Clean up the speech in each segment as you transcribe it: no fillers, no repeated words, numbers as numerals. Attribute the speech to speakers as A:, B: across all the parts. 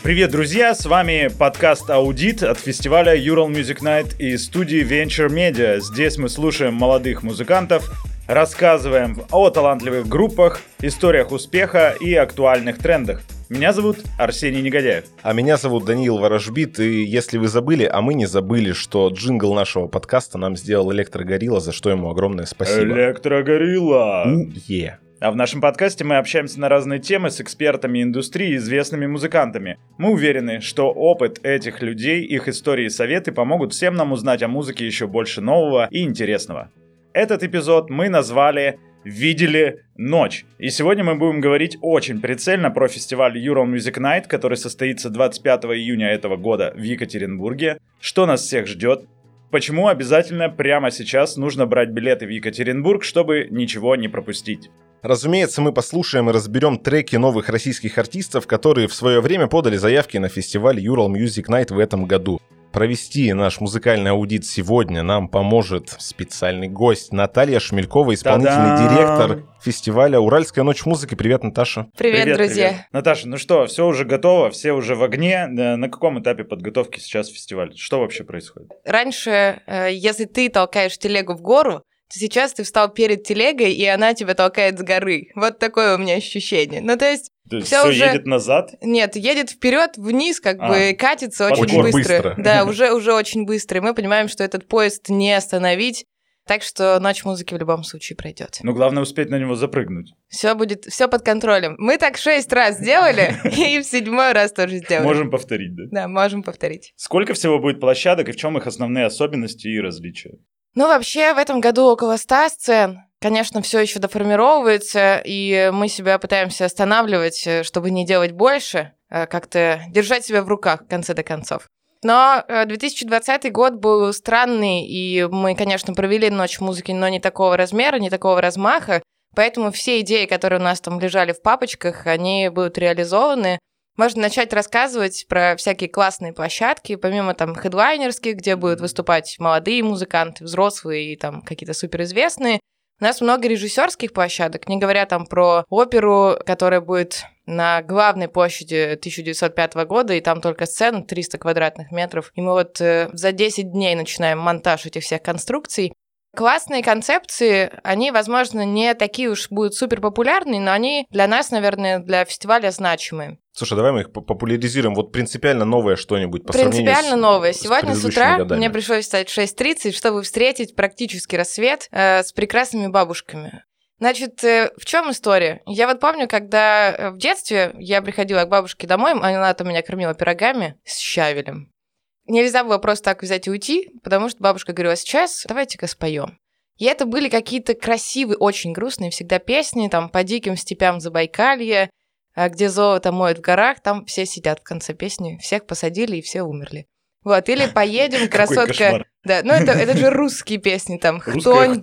A: Привет, друзья! С вами подкаст «Аудит» от фестиваля Ural Music Night и студии Venture Media. Здесь мы слушаем молодых музыкантов, рассказываем о талантливых группах, историях успеха и актуальных трендах. Меня зовут Арсений Негодяев.
B: А меня зовут Даниил Ворожбит, и если вы забыли, а мы не забыли, что джингл нашего подкаста нам сделал Электрогорилла, за что ему огромное спасибо.
A: Электрогорилла! А в нашем подкасте мы общаемся на разные темы с экспертами индустрии и известными музыкантами. Мы уверены, что опыт этих людей, их истории и советы помогут всем нам узнать о музыке еще больше нового и интересного. Этот эпизод мы назвали «Видели ночь». И сегодня мы будем говорить очень прицельно про фестиваль Ural Music Night, который состоится 25 июня этого года в Екатеринбурге. Что нас всех ждет? Почему обязательно прямо сейчас нужно брать билеты в Екатеринбург, чтобы ничего не пропустить?
B: Разумеется, мы послушаем и разберем треки новых российских артистов, которые в свое время подали заявки на фестиваль Ural Music Night в этом году. Провести наш музыкальный аудит сегодня нам поможет специальный гость Наталья Шмелькова, исполнительный директор фестиваля «Уральская ночь музыки». Привет, Наташа.
C: Привет, друзья.
A: Привет. Наташа, ну что, все уже готово, все уже в огне. На каком этапе подготовки сейчас фестиваль? Что вообще происходит?
C: Раньше, если ты толкаешь телегу в гору, то сейчас ты встал перед телегой, и она тебя толкает с горы. Вот такое у меня ощущение. Ну, то есть
A: все уже едет назад?
C: Нет, едет вперед, вниз, как бы катится очень быстро. Да, уже очень быстро. И мы понимаем, что этот поезд не остановить. Так что ночь музыки в любом случае пройдет.
A: Ну, главное успеть на него запрыгнуть.
C: Все под контролем. Мы так 6 раз сделали, и в 7-й раз тоже сделали.
A: Можем повторить, да?
C: Да, можем повторить.
A: Сколько всего будет площадок, и в чем их основные особенности и различия?
C: Ну, вообще, в этом году около 100 сцен. Конечно, все еще доформировывается, и мы себя пытаемся останавливать, чтобы не делать больше, как-то держать себя в руках в конце до концов. Но 2020 год был странный, и мы, конечно, провели ночь музыки, но не такого размера, не такого размаха, поэтому все идеи, которые у нас там лежали в папочках, они будут реализованы. Можно начать рассказывать про всякие классные площадки, помимо там хедлайнерских, где будут выступать молодые музыканты, взрослые и там какие-то суперизвестные. У нас много режиссерских площадок, не говоря там про оперу, которая будет на главной площади 1905 года, и там только сцена 300 квадратных метров. И мы вот за 10 дней начинаем монтаж этих всех конструкций. Классные концепции, они, возможно, не такие уж будут супер популярные, но они для нас, наверное, для фестиваля значимые.
B: Слушай, давай мы их популяризируем. Вот принципиально новое что-нибудь по сравнению
C: принципиально новое. Сегодня с утра
B: годами.
C: Мне пришлось встать в 6:30, чтобы встретить практически рассвет с прекрасными бабушками. Значит, в чем история? Я вот помню, когда в детстве я приходила к бабушке домой, она там меня кормила пирогами с щавелем. Нельзя было просто так взять и уйти, потому что бабушка говорила: сейчас давайте-ка споем. И это были какие-то красивые, очень грустные всегда песни, там «По диким степям Забайкалья», где золото моют в горах, там все сидят в конце песни, всех посадили и все умерли. Вот, или «Поедем, красотка». Да, ну это же русские песни, там «Хтонь»,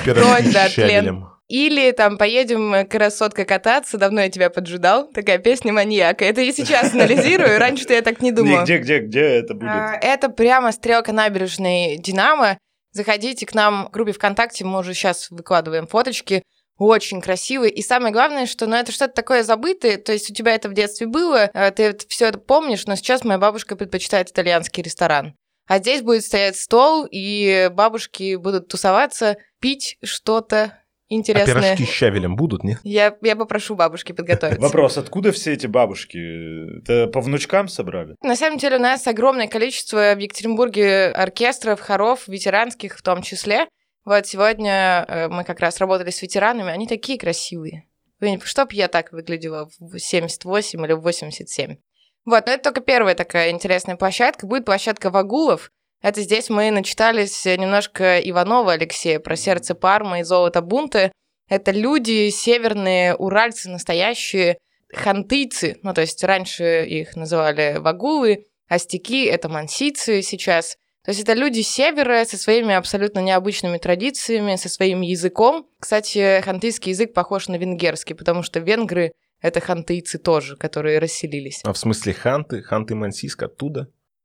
C: да, «Тлен». Или там «Поедем, красотка, кататься», давно я тебя поджидал, такая песня маньяка. Это я сейчас анализирую, раньше-то я так не думала.
A: Где это будет?
C: Это прямо стрелка набережной «Динамо». Заходите к нам в группе ВКонтакте, мы уже сейчас выкладываем фоточки. Очень красивые. И самое главное, что это что-то такое забытое, то есть у тебя это в детстве было, ты все это помнишь, но сейчас моя бабушка предпочитает итальянский ресторан. А здесь будет стоять стол, и бабушки будут тусоваться, пить что-то интересное.
B: А пирожки с щавелем будут, нет?
C: Я попрошу бабушки подготовиться.
A: Вопрос, откуда все эти бабушки? Это по внучкам собрали?
C: На самом деле у нас огромное количество в Екатеринбурге оркестров, хоров, ветеранских в том числе. Вот сегодня мы как раз работали с ветеранами, они такие красивые. Чтоб я так выглядела в 78 или в 87. Вот, но это только первая такая интересная площадка. Будет площадка Вагулов. Это здесь мы начитались немножко Иванова Алексея про «Сердце Пармы» и «Золото бунта». Это люди северные, уральцы настоящие, хантыйцы. Ну, то есть раньше их называли вагулы, астяки — это мансийцы сейчас. То есть это люди с севера со своими абсолютно необычными традициями, со своим языком. Кстати, хантыйский язык похож на венгерский, потому что венгры — это хантыйцы тоже, которые расселились.
B: А в смысле Ханты? Ханты-Мансийск оттуда?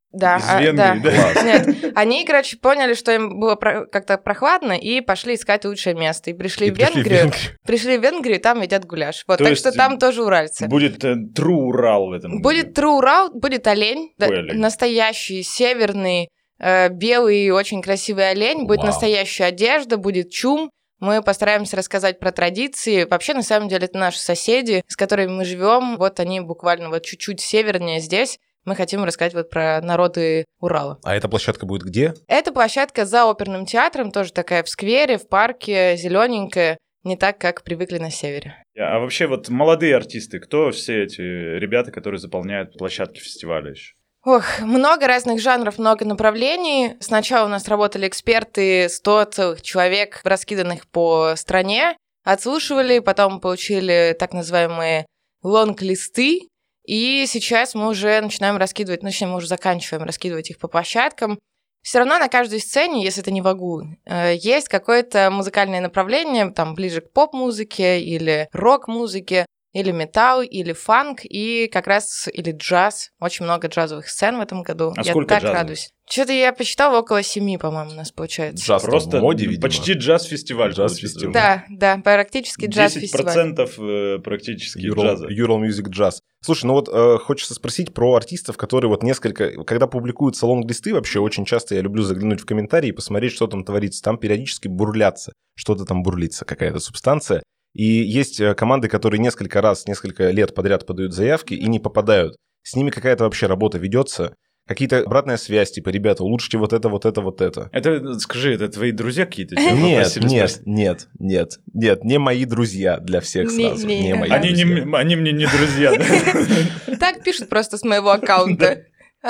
C: Да,
A: Из Венгрии, да?
C: Нет, они, короче, поняли, что им было как-то прохладно, и пошли искать лучшее место. И пришли в Венгрию, там едят гуляш. Вот, так что там тоже уральцы.
A: Будет True Урал в этом.
C: Будет True Урал, будет олень, настоящий, северный, белый, очень красивый олень, будет настоящая одежда, будет чум. Мы постараемся рассказать про традиции. Вообще, на самом деле, это наши соседи, с которыми мы живем. Вот они буквально вот чуть-чуть севернее здесь. Мы хотим рассказать вот про народы Урала.
B: А эта площадка будет где?
C: Эта площадка за оперным театром, тоже такая в сквере, в парке, зелененькая, не так, как привыкли на севере.
A: А вообще вот молодые артисты, кто все эти ребята, которые заполняют площадки фестиваля еще?
C: Ох, много разных жанров, много направлений. Сначала у нас работали эксперты, 100 целых человек, раскиданных по стране, отслушивали, потом получили так называемые лонг-листы, и сейчас мы уже начинаем раскидывать, мы уже заканчиваем раскидывать их по площадкам. Все равно на каждой сцене, если это не вагу, есть какое-то музыкальное направление, там ближе к поп-музыке или рок-музыке, или металл, или фанк, и как раз или джаз. Очень много джазовых сцен в этом году.
A: А сколько
C: так радуюсь. Что-то я посчитала, около 7, по-моему, у нас получается.
B: Джаз просто в моде, видимо.
A: Почти джаз-фестиваль.
B: Джаз-фестиваль.
C: Да, практически джаз-фестиваль.
A: 10% практически джаза.
B: Ural Music Jazz. Слушай, ну вот хочется спросить про артистов, которые вот несколько... Когда публикуются лонг-листы, вообще очень часто я люблю заглянуть в комментарии и посмотреть, что там творится. Там периодически бурлятся. Что-то там бурлится, какая-то субстанция. И есть команды, которые несколько лет подряд подают заявки и не попадают. С ними какая-то вообще работа ведется. Какие-то обратная связь, типа, ребята, улучшите вот это, вот это, вот это.
A: Это, скажи, это твои друзья какие-то?
B: Нет, не мои друзья для всех сразу. Не мои друзья.
A: Они мне не друзья.
C: Так пишут просто с моего аккаунта.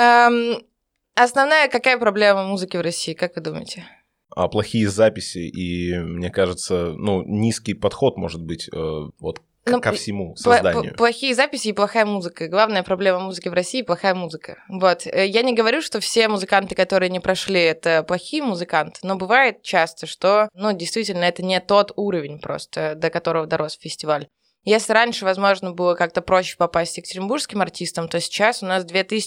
C: Основная какая проблема музыки в России, как вы думаете?
B: Плохие записи и, мне кажется, низкий подход, может быть, ко всему созданию.
C: Плохие записи и плохая музыка. Главная проблема музыки в России – плохая музыка. Вот. Я не говорю, что все музыканты, которые не прошли, это плохие музыканты, но бывает часто, что, действительно, это не тот уровень просто, до которого дорос фестиваль. Если раньше, возможно, было как-то проще попасть к екатеринбургским артистам, то сейчас у нас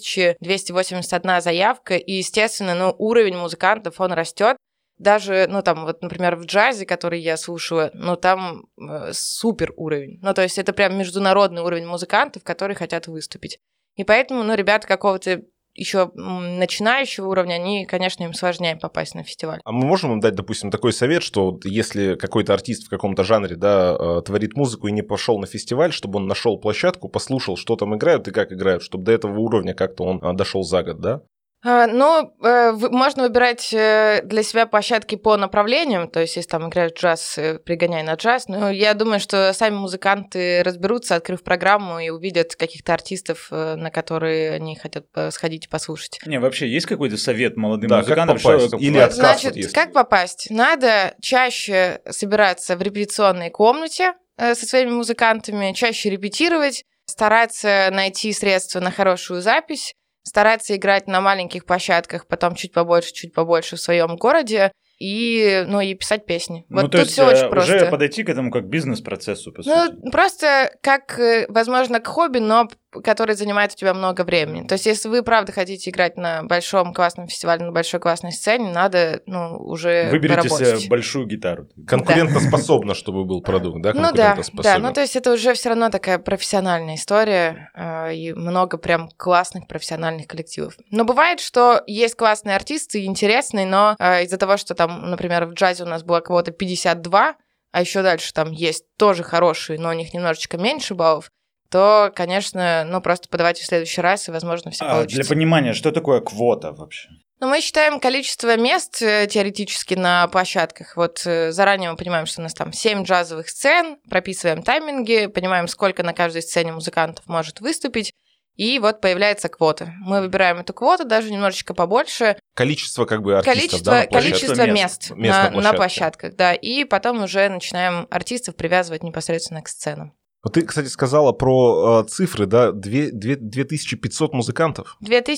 C: 2281 заявка, и, естественно, уровень музыкантов, он растет. Даже, например, в джазе, который я слушаю, там супер уровень. То есть это прям международный уровень музыкантов, которые хотят выступить. И поэтому, ребята какого-то еще начинающего уровня, они, конечно, им сложнее попасть на фестиваль.
B: А мы можем им дать, допустим, такой совет, что если какой-то артист в каком-то жанре, творит музыку и не пошел на фестиваль, чтобы он нашел площадку, послушал, что там играют и как играют, чтобы до этого уровня как-то он дошел за год, да?
C: Можно выбирать для себя площадки по направлениям, то есть если там играют джаз, пригоняй на джаз, но я думаю, что сами музыканты разберутся, открыв программу, и увидят каких-то артистов, на которые они хотят сходить и послушать.
A: Вообще есть какой-то совет молодым музыкантам?
B: Как попасть? Или отказ?
C: Значит, как попасть? Надо чаще собираться в репетиционной комнате со своими музыкантами, чаще репетировать, стараться найти средства на хорошую запись, стараться играть на маленьких площадках, потом чуть побольше в своем городе и писать песни. Вот
A: то
C: тут все очень просто.
A: Уже подойти к этому как бизнес-процессу, по сути.
C: Просто как, возможно, к хобби, но который занимает у тебя много времени. То есть, если вы, правда, хотите играть на большом классном фестивале, на большой классной сцене, надо, уже
A: выберите
C: доработать.
A: себе большую гитару.
B: Конкурентоспособно, чтобы был продукт, да?
C: Да. То есть, это уже все равно такая профессиональная история, и много прям классных профессиональных коллективов. Но бывает, что есть классные артисты, интересные, но из-за того, что там, например, в джазе у нас было кого-то 52, а еще дальше там есть тоже хорошие, но у них немножечко меньше баллов, то, конечно, просто подавайте в следующий раз, и, возможно, все получится.
A: Для понимания, что такое квота вообще?
C: Мы считаем количество мест теоретически на площадках. Вот заранее мы понимаем, что у нас там 7 джазовых сцен, прописываем тайминги, понимаем, сколько на каждой сцене музыкантов может выступить, и вот появляется квота. Мы выбираем эту квоту, даже немножечко побольше.
B: Количество артистов,
C: количество мест на площадках, да. И потом уже начинаем артистов привязывать непосредственно к сценам.
B: Ты, кстати, сказала про цифры, да? 2500 музыкантов?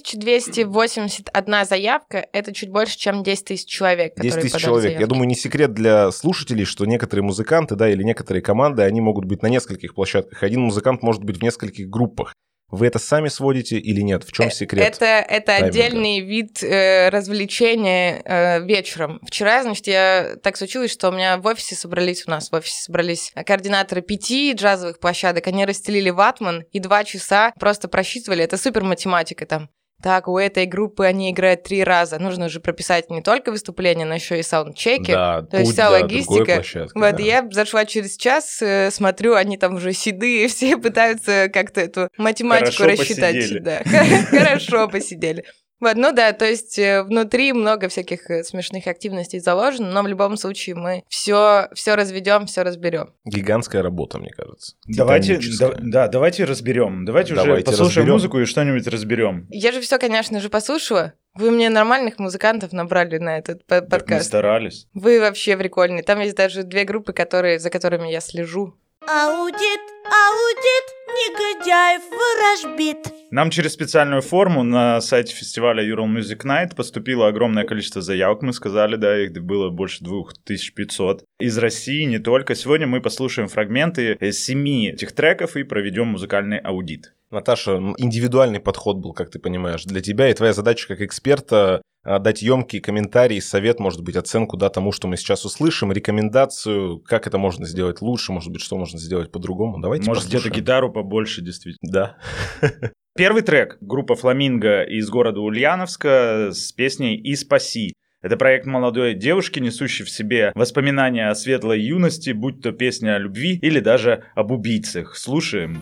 C: 2281 заявка, это чуть больше, чем 10 тысяч человек,
B: 10 тысяч человек.
C: Заявки.
B: Я думаю, не секрет для слушателей, что некоторые музыканты, да, или некоторые команды, они могут быть на нескольких площадках. Один музыкант может быть в нескольких группах. Вы это сами сводите или нет? В чем секрет?
C: Это отдельный вид развлечения вечером. Вчера, значит, я так случилось, что у меня в офисе собрались координаторы 5 джазовых площадок. Они расстелили ватман и 2 часа просто просчитывали. Это супер математика там. Так, у этой группы они играют 3 раза. Нужно же прописать не только выступления, но еще и саундчеки.
B: Да,
C: то есть вся логистика.
B: Вот,
C: я зашла через час, смотрю, они там уже седые, все пытаются как-то эту математику рассчитать.
A: Посидели.
C: Да, хорошо посидели. Вот, ну да, то есть внутри много всяких смешных активностей заложено, но в любом случае мы все разведем, все разберем.
B: Гигантская работа, мне кажется.
A: Давайте разберем. Давайте уже послушаем музыку и что-нибудь разберем.
C: Я же все, конечно же, послушала. Вы мне нормальных музыкантов набрали на этот подкаст.
A: Мы старались.
C: Вы вообще прикольные. Там есть даже 2 группы, за которыми я слежу.
D: Аудит, негодяев ворожбит.
A: Нам через специальную форму на сайте фестиваля Ural Music Night поступило огромное количество заявок, мы сказали, да, их было больше 2500. Из России, не только. Сегодня мы послушаем фрагменты из 7 этих треков и проведем музыкальный аудит.
B: Наташа, индивидуальный подход был, как ты понимаешь, для тебя, и твоя задача как эксперта дать емкий комментарий, совет, может быть, оценку тому, что мы сейчас услышим, рекомендацию, как это можно сделать лучше, может быть, что можно сделать по-другому. Давайте
A: может,
B: послушаем.
A: где-то гитару побольше, действительно.
B: Да.
A: Первый трек. Группа «Фламинго» из города Ульяновска с песней «И спаси». Это проект молодой девушки, несущей в себе воспоминания о светлой юности, будь то песня о любви или даже об убийцах. Слушаем.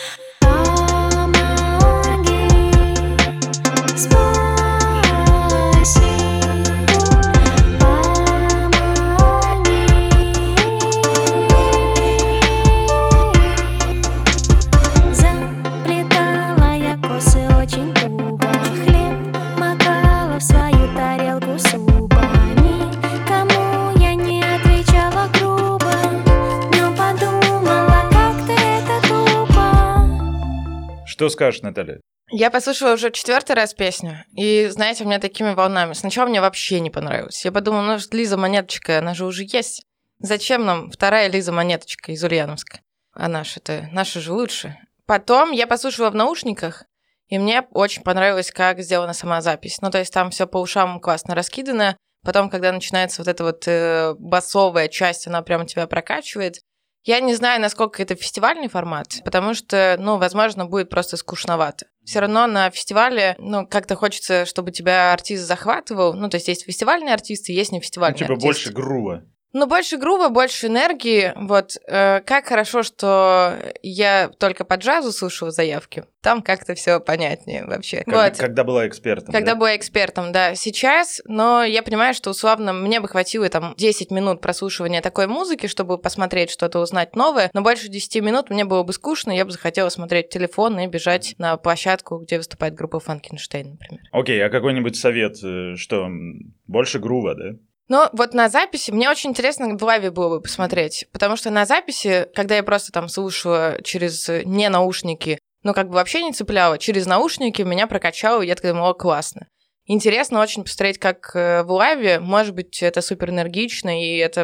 A: Что скажешь, Наталья?
C: Я послушала уже 4-й раз песню, и, знаете, у меня такими волнами. Сначала мне вообще не понравилось. Я подумала, ну, Лиза Монеточка, она же уже есть. Зачем нам 2-я Лиза Монеточка из Ульяновска? А наша же лучше. Потом я послушала в наушниках, и мне очень понравилось, как сделана сама запись. Ну, то есть там все по ушам классно раскидано. Потом, когда начинается вот эта вот басовая часть, она прямо тебя прокачивает. Я не знаю, насколько это фестивальный формат, потому что, возможно, будет просто скучновато. Все равно на фестивале, как-то хочется, чтобы тебя артист захватывал. То есть фестивальные артисты, есть не фестивальные артисты.
A: Больше грува.
C: Больше грува, больше энергии. Вот. Как хорошо, что я только по джазу слушала заявки. Там как-то все понятнее вообще.
A: Когда была экспертом.
C: Когда была экспертом, да. Сейчас, но я понимаю, что условно мне бы хватило 10 минут прослушивания такой музыки, чтобы посмотреть что-то, узнать новое. Но больше 10 минут мне было бы скучно, я бы захотела смотреть телефон и бежать на площадку, где выступает группа Франкенштейн, например.
A: Окей, а какой-нибудь совет, что больше грува, да?
C: Но вот на записи мне очень интересно в лайве было бы посмотреть, потому что на записи, когда я просто там слушала через не наушники, вообще не цепляла, через наушники меня прокачало, и я такая думала, классно. Интересно очень посмотреть, как в лайве, может быть, это супер энергично, и это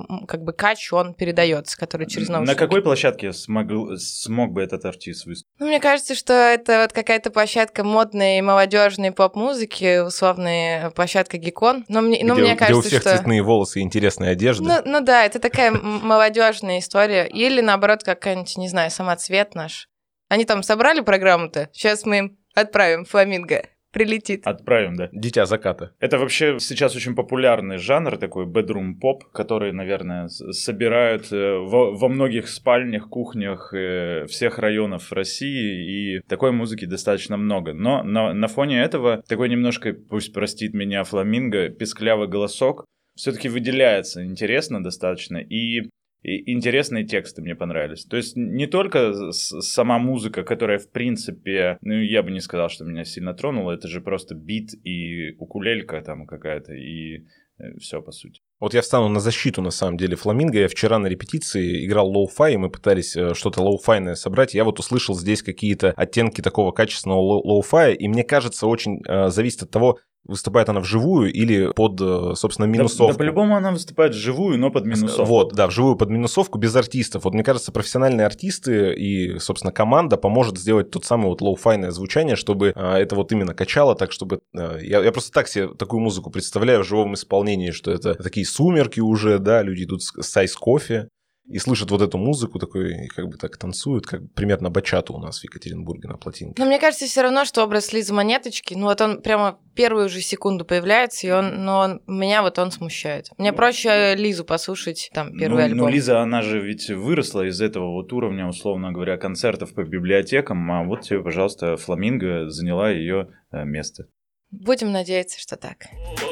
C: кач, он передается, который через наушники.
A: На какой площадке смог бы этот артист выступить?
C: Мне кажется, что это какая-то площадка модной и молодежной поп-музыки, условная площадка Гикон. Мне кажется,
B: где у всех цветные волосы и интересная одежда.
C: Да, это такая молодежная история. Или, наоборот, какая-нибудь, не знаю, самоцвет наш. Они там собрали программу-то, сейчас мы им отправим «Фламинго». Прилетит.
A: Отправим, да.
B: Дитя заката.
A: Это вообще сейчас очень популярный жанр, такой bedroom-поп, который, наверное, собирают во многих спальнях, кухнях всех районов России, и такой музыки достаточно много. Но на фоне этого такой немножко, пусть простит меня Фламинго, песклявый голосок все-таки выделяется интересно достаточно, и интересные тексты мне понравились. То есть не только сама музыка, которая, в принципе, я бы не сказал, что меня сильно тронула, это же просто бит и укулелька там какая-то, и все, по сути.
B: Вот я встану на защиту, на самом деле, Фламинго. Я вчера на репетиции играл лоу-фай, и мы пытались что-то лоу-файное собрать. Я вот услышал здесь какие-то оттенки такого качественного лоу-фая, и мне кажется, очень зависит от того, Выступает она вживую или под, собственно, минусовку?
A: Да, по-любому она выступает вживую, но под минусовку.
B: Вот, да, вживую под минусовку, без артистов. Вот мне кажется, профессиональные артисты и, собственно, команда поможет сделать тот самый вот лоу-файное звучание, чтобы это вот именно качало, так чтобы... Я просто так себе такую музыку представляю в живом исполнении, что это такие сумерки уже, да, люди идут с айс-кофе и слышат вот эту музыку, такой, и как бы так танцуют, как примерно бачату у нас в Екатеринбурге на плотинке.
C: Но мне кажется все равно, что образ Лизы Монеточки, ну вот он прямо первую же секунду появляется, и меня вот он смущает. Мне проще Лизу послушать, там, первый альбом.
A: Ну, Лиза, она же ведь выросла из этого вот уровня, условно говоря, концертов по библиотекам, а вот тебе, пожалуйста, Фламинго заняла ее место.
C: Будем надеяться, что так.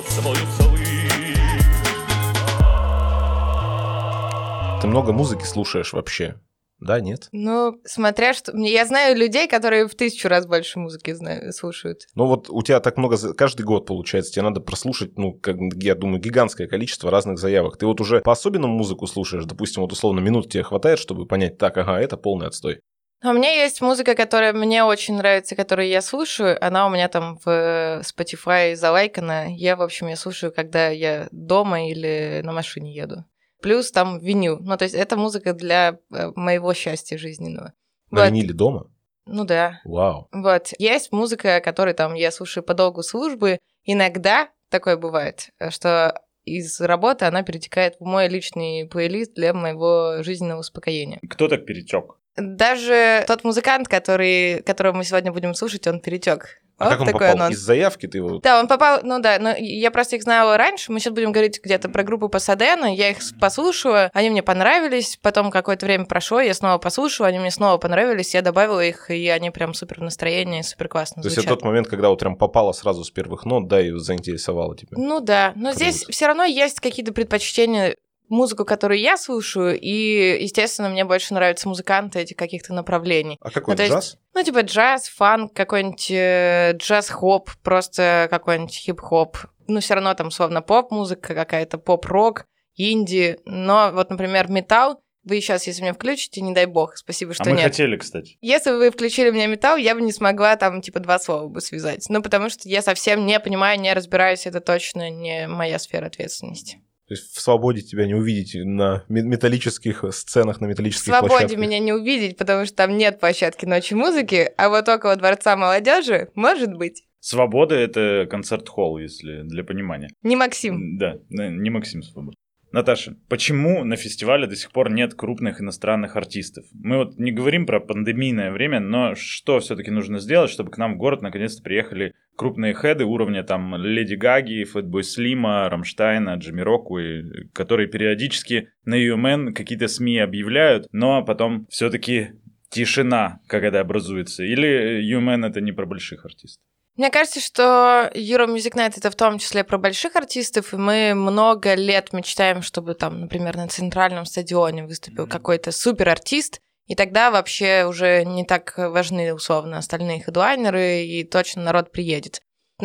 B: Ты много музыки слушаешь вообще? Да, нет?
C: Ну, смотря что... Я знаю людей, которые в 1000 раз больше музыки слушают.
B: Ну вот у тебя так много... Каждый год, получается, тебе надо прослушать, ну, как, я думаю, гигантское количество разных заявок. Ты вот уже по-особенному музыку слушаешь? Допустим, вот условно минут тебе хватает, чтобы понять, так, ага, это полный отстой.
C: А у меня есть музыка, которая мне очень нравится, которую я слушаю. Она у меня там в Spotify залайкана. Я слушаю, когда я дома или на машине еду. Плюс там винил. Ну, то есть это музыка для моего счастья жизненного.
B: На виниле дома?
C: Ну да.
B: Вау.
C: Вот. Есть музыка, которую там я слушаю по долгу службы. Иногда такое бывает, что из работы она перетекает в мой личный плейлист для моего жизненного успокоения.
A: Кто так перетек?
C: Даже тот музыкант, которого мы сегодня будем слушать, он перетек.
B: А вот как он попал? Анонс. Из заявки ты его...
C: Да, он попал, ну да, но я просто их знала раньше, мы сейчас будем говорить где-то про группу Пасадена, я их послушала, они мне понравились, потом какое-то время прошло, я снова послушала, они мне снова понравились, я добавила их, и они прям супер в настроении, супер классно звучат.
B: То есть это тот момент, когда вот прям попало сразу с первых нот, да, и заинтересовало тебя?
C: Ну да, но круто. Здесь все равно есть какие-то предпочтения, музыку, которую я слушаю, и, естественно, мне больше нравятся музыканты этих каких-то направлений.
B: А какой
C: джаз?
B: Есть,
C: ну, типа джаз, фанк, какой-нибудь джаз-хоп, просто какой-нибудь хип-хоп. Ну, все равно там, словно поп-музыка какая-то, поп-рок, инди. Но вот, например, металл, вы сейчас, если меня включите, не дай бог, спасибо, что нет.
A: А мы хотели, кстати.
C: Если бы вы включили мне металл, я бы не смогла там, типа, 2 слова бы связать. Ну, потому что я совсем не понимаю, не разбираюсь, это точно не моя сфера ответственности.
B: То есть в «Свободе» тебя не увидеть на металлических сценах, на металлических
C: площадках? В «Свободе»
B: площадках.
C: меня не увидеть, потому что там нет площадки Ночи музыки, а вот около Дворца молодежи может быть.
A: «Свобода» — это концерт-холл, если для понимания.
C: Не Максим.
A: Да, не Максим «Свобода». Наташа, почему на фестивале до сих пор нет крупных иностранных артистов? Мы вот не говорим про пандемийное время, но что все-таки нужно сделать, чтобы к нам в город наконец-то приехали крупные хеды уровня там Леди Гаги, Фэтбой Слима, Рамштайна, Джамирокуи, которые периодически на UMN какие-то СМИ объявляют, но потом все-таки тишина, когда образуется. Или UMN это не про больших артистов?
C: Мне кажется, что Euro Music Night — это в том числе про больших артистов, и мы много лет мечтаем, чтобы там, например, на центральном стадионе выступил какой-то суперартист, и тогда вообще уже не так важны, условно, остальные хедлайнеры, и точно народ приедет.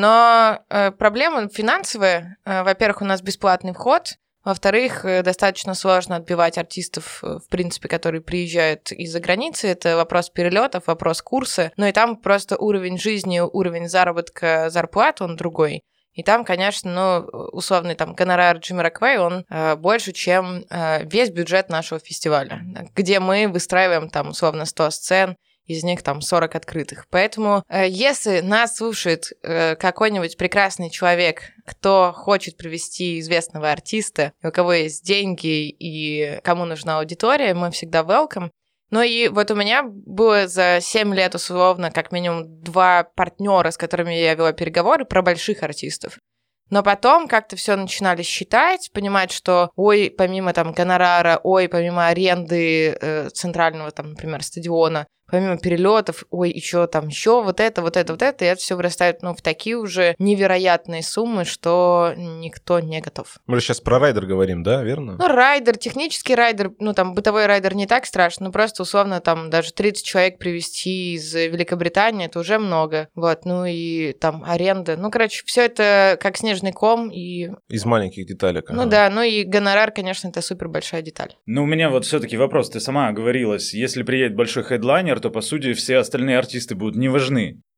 C: Но проблема финансовая. Во-первых, у нас бесплатный вход. Во-вторых, достаточно сложно отбивать артистов, в принципе, которые приезжают из-за границы. Это вопрос перелетов, вопрос курса. Но и там просто уровень жизни, уровень заработка, зарплат, он другой. И там, конечно, условный там гонорар Джамирокуай, он больше, чем весь бюджет нашего фестиваля, где мы выстраиваем там условно 100 сцен, из них там 40 открытых. Поэтому если нас слушает какой-нибудь прекрасный человек, кто хочет привести известного артиста, у кого есть деньги и кому нужна аудитория, мы всегда welcome. Ну и вот у меня было за 7 лет условно как минимум 2 партнера, с которыми я вела переговоры про больших артистов. Но потом как-то все начинали считать, понимать, что ой, помимо там гонорара, ой, помимо аренды центрального там, например, стадиона, помимо перелетов, ой, еще там, еще вот это, и это все вырастает, в такие уже невероятные суммы, что никто не готов.
B: Мы же сейчас про райдер говорим, да, верно?
C: Райдер, технический райдер, там бытовой райдер не так страшно, просто условно там даже 30 человек привезти из Великобритании, это уже много, вот, и там аренда, все это как снежный ком и...
B: Из маленьких деталек.
C: Да, и гонорар, конечно, это супер большая деталь.
A: У меня вот все-таки вопрос, ты сама оговорилась, если приедет большой хедлайнер, то, по сути, все остальные артисты будут не важны.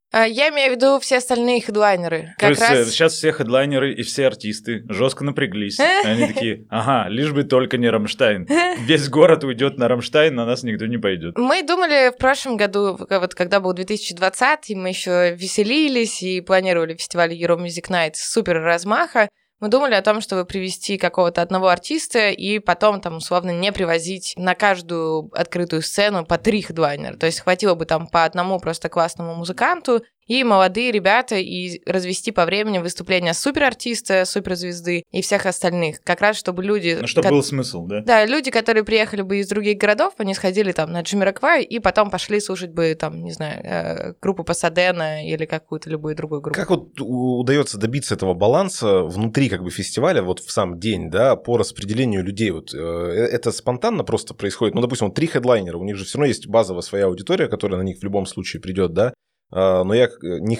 C: Я имею в виду все остальные хедлайнеры.
A: То есть сейчас все хедлайнеры и все артисты жестко напряглись. Они такие, ага, лишь бы только не Рамштайн. Весь город уйдет на Рамштайн, на нас никто не пойдет.
C: Мы думали в прошлом году, вот когда был 2020, мы еще веселились и планировали фестиваль Euro Music Night с супер размаха. Мы думали о том, чтобы привести какого-то одного артиста и потом там условно не привозить на каждую открытую сцену по 3 хедлайнера. То есть хватило бы там по одному просто классному музыканту и молодые ребята, и развести по времени выступления суперартиста, суперзвезды и всех остальных. Как раз, чтобы люди...
A: Ну, чтобы был смысл, да?
C: Да, люди, которые приехали бы из других городов, они сходили там на Джамироквай и потом пошли слушать бы там, не знаю, группу Пасадена или какую-то любую другую группу.
B: Как вот удается добиться этого баланса внутри как бы фестиваля, вот в сам день, да, по распределению людей? Вот это спонтанно просто происходит? Ну, допустим, 3 хедлайнера, у них же все равно есть базовая своя аудитория, которая на них в любом случае придет, да? Но я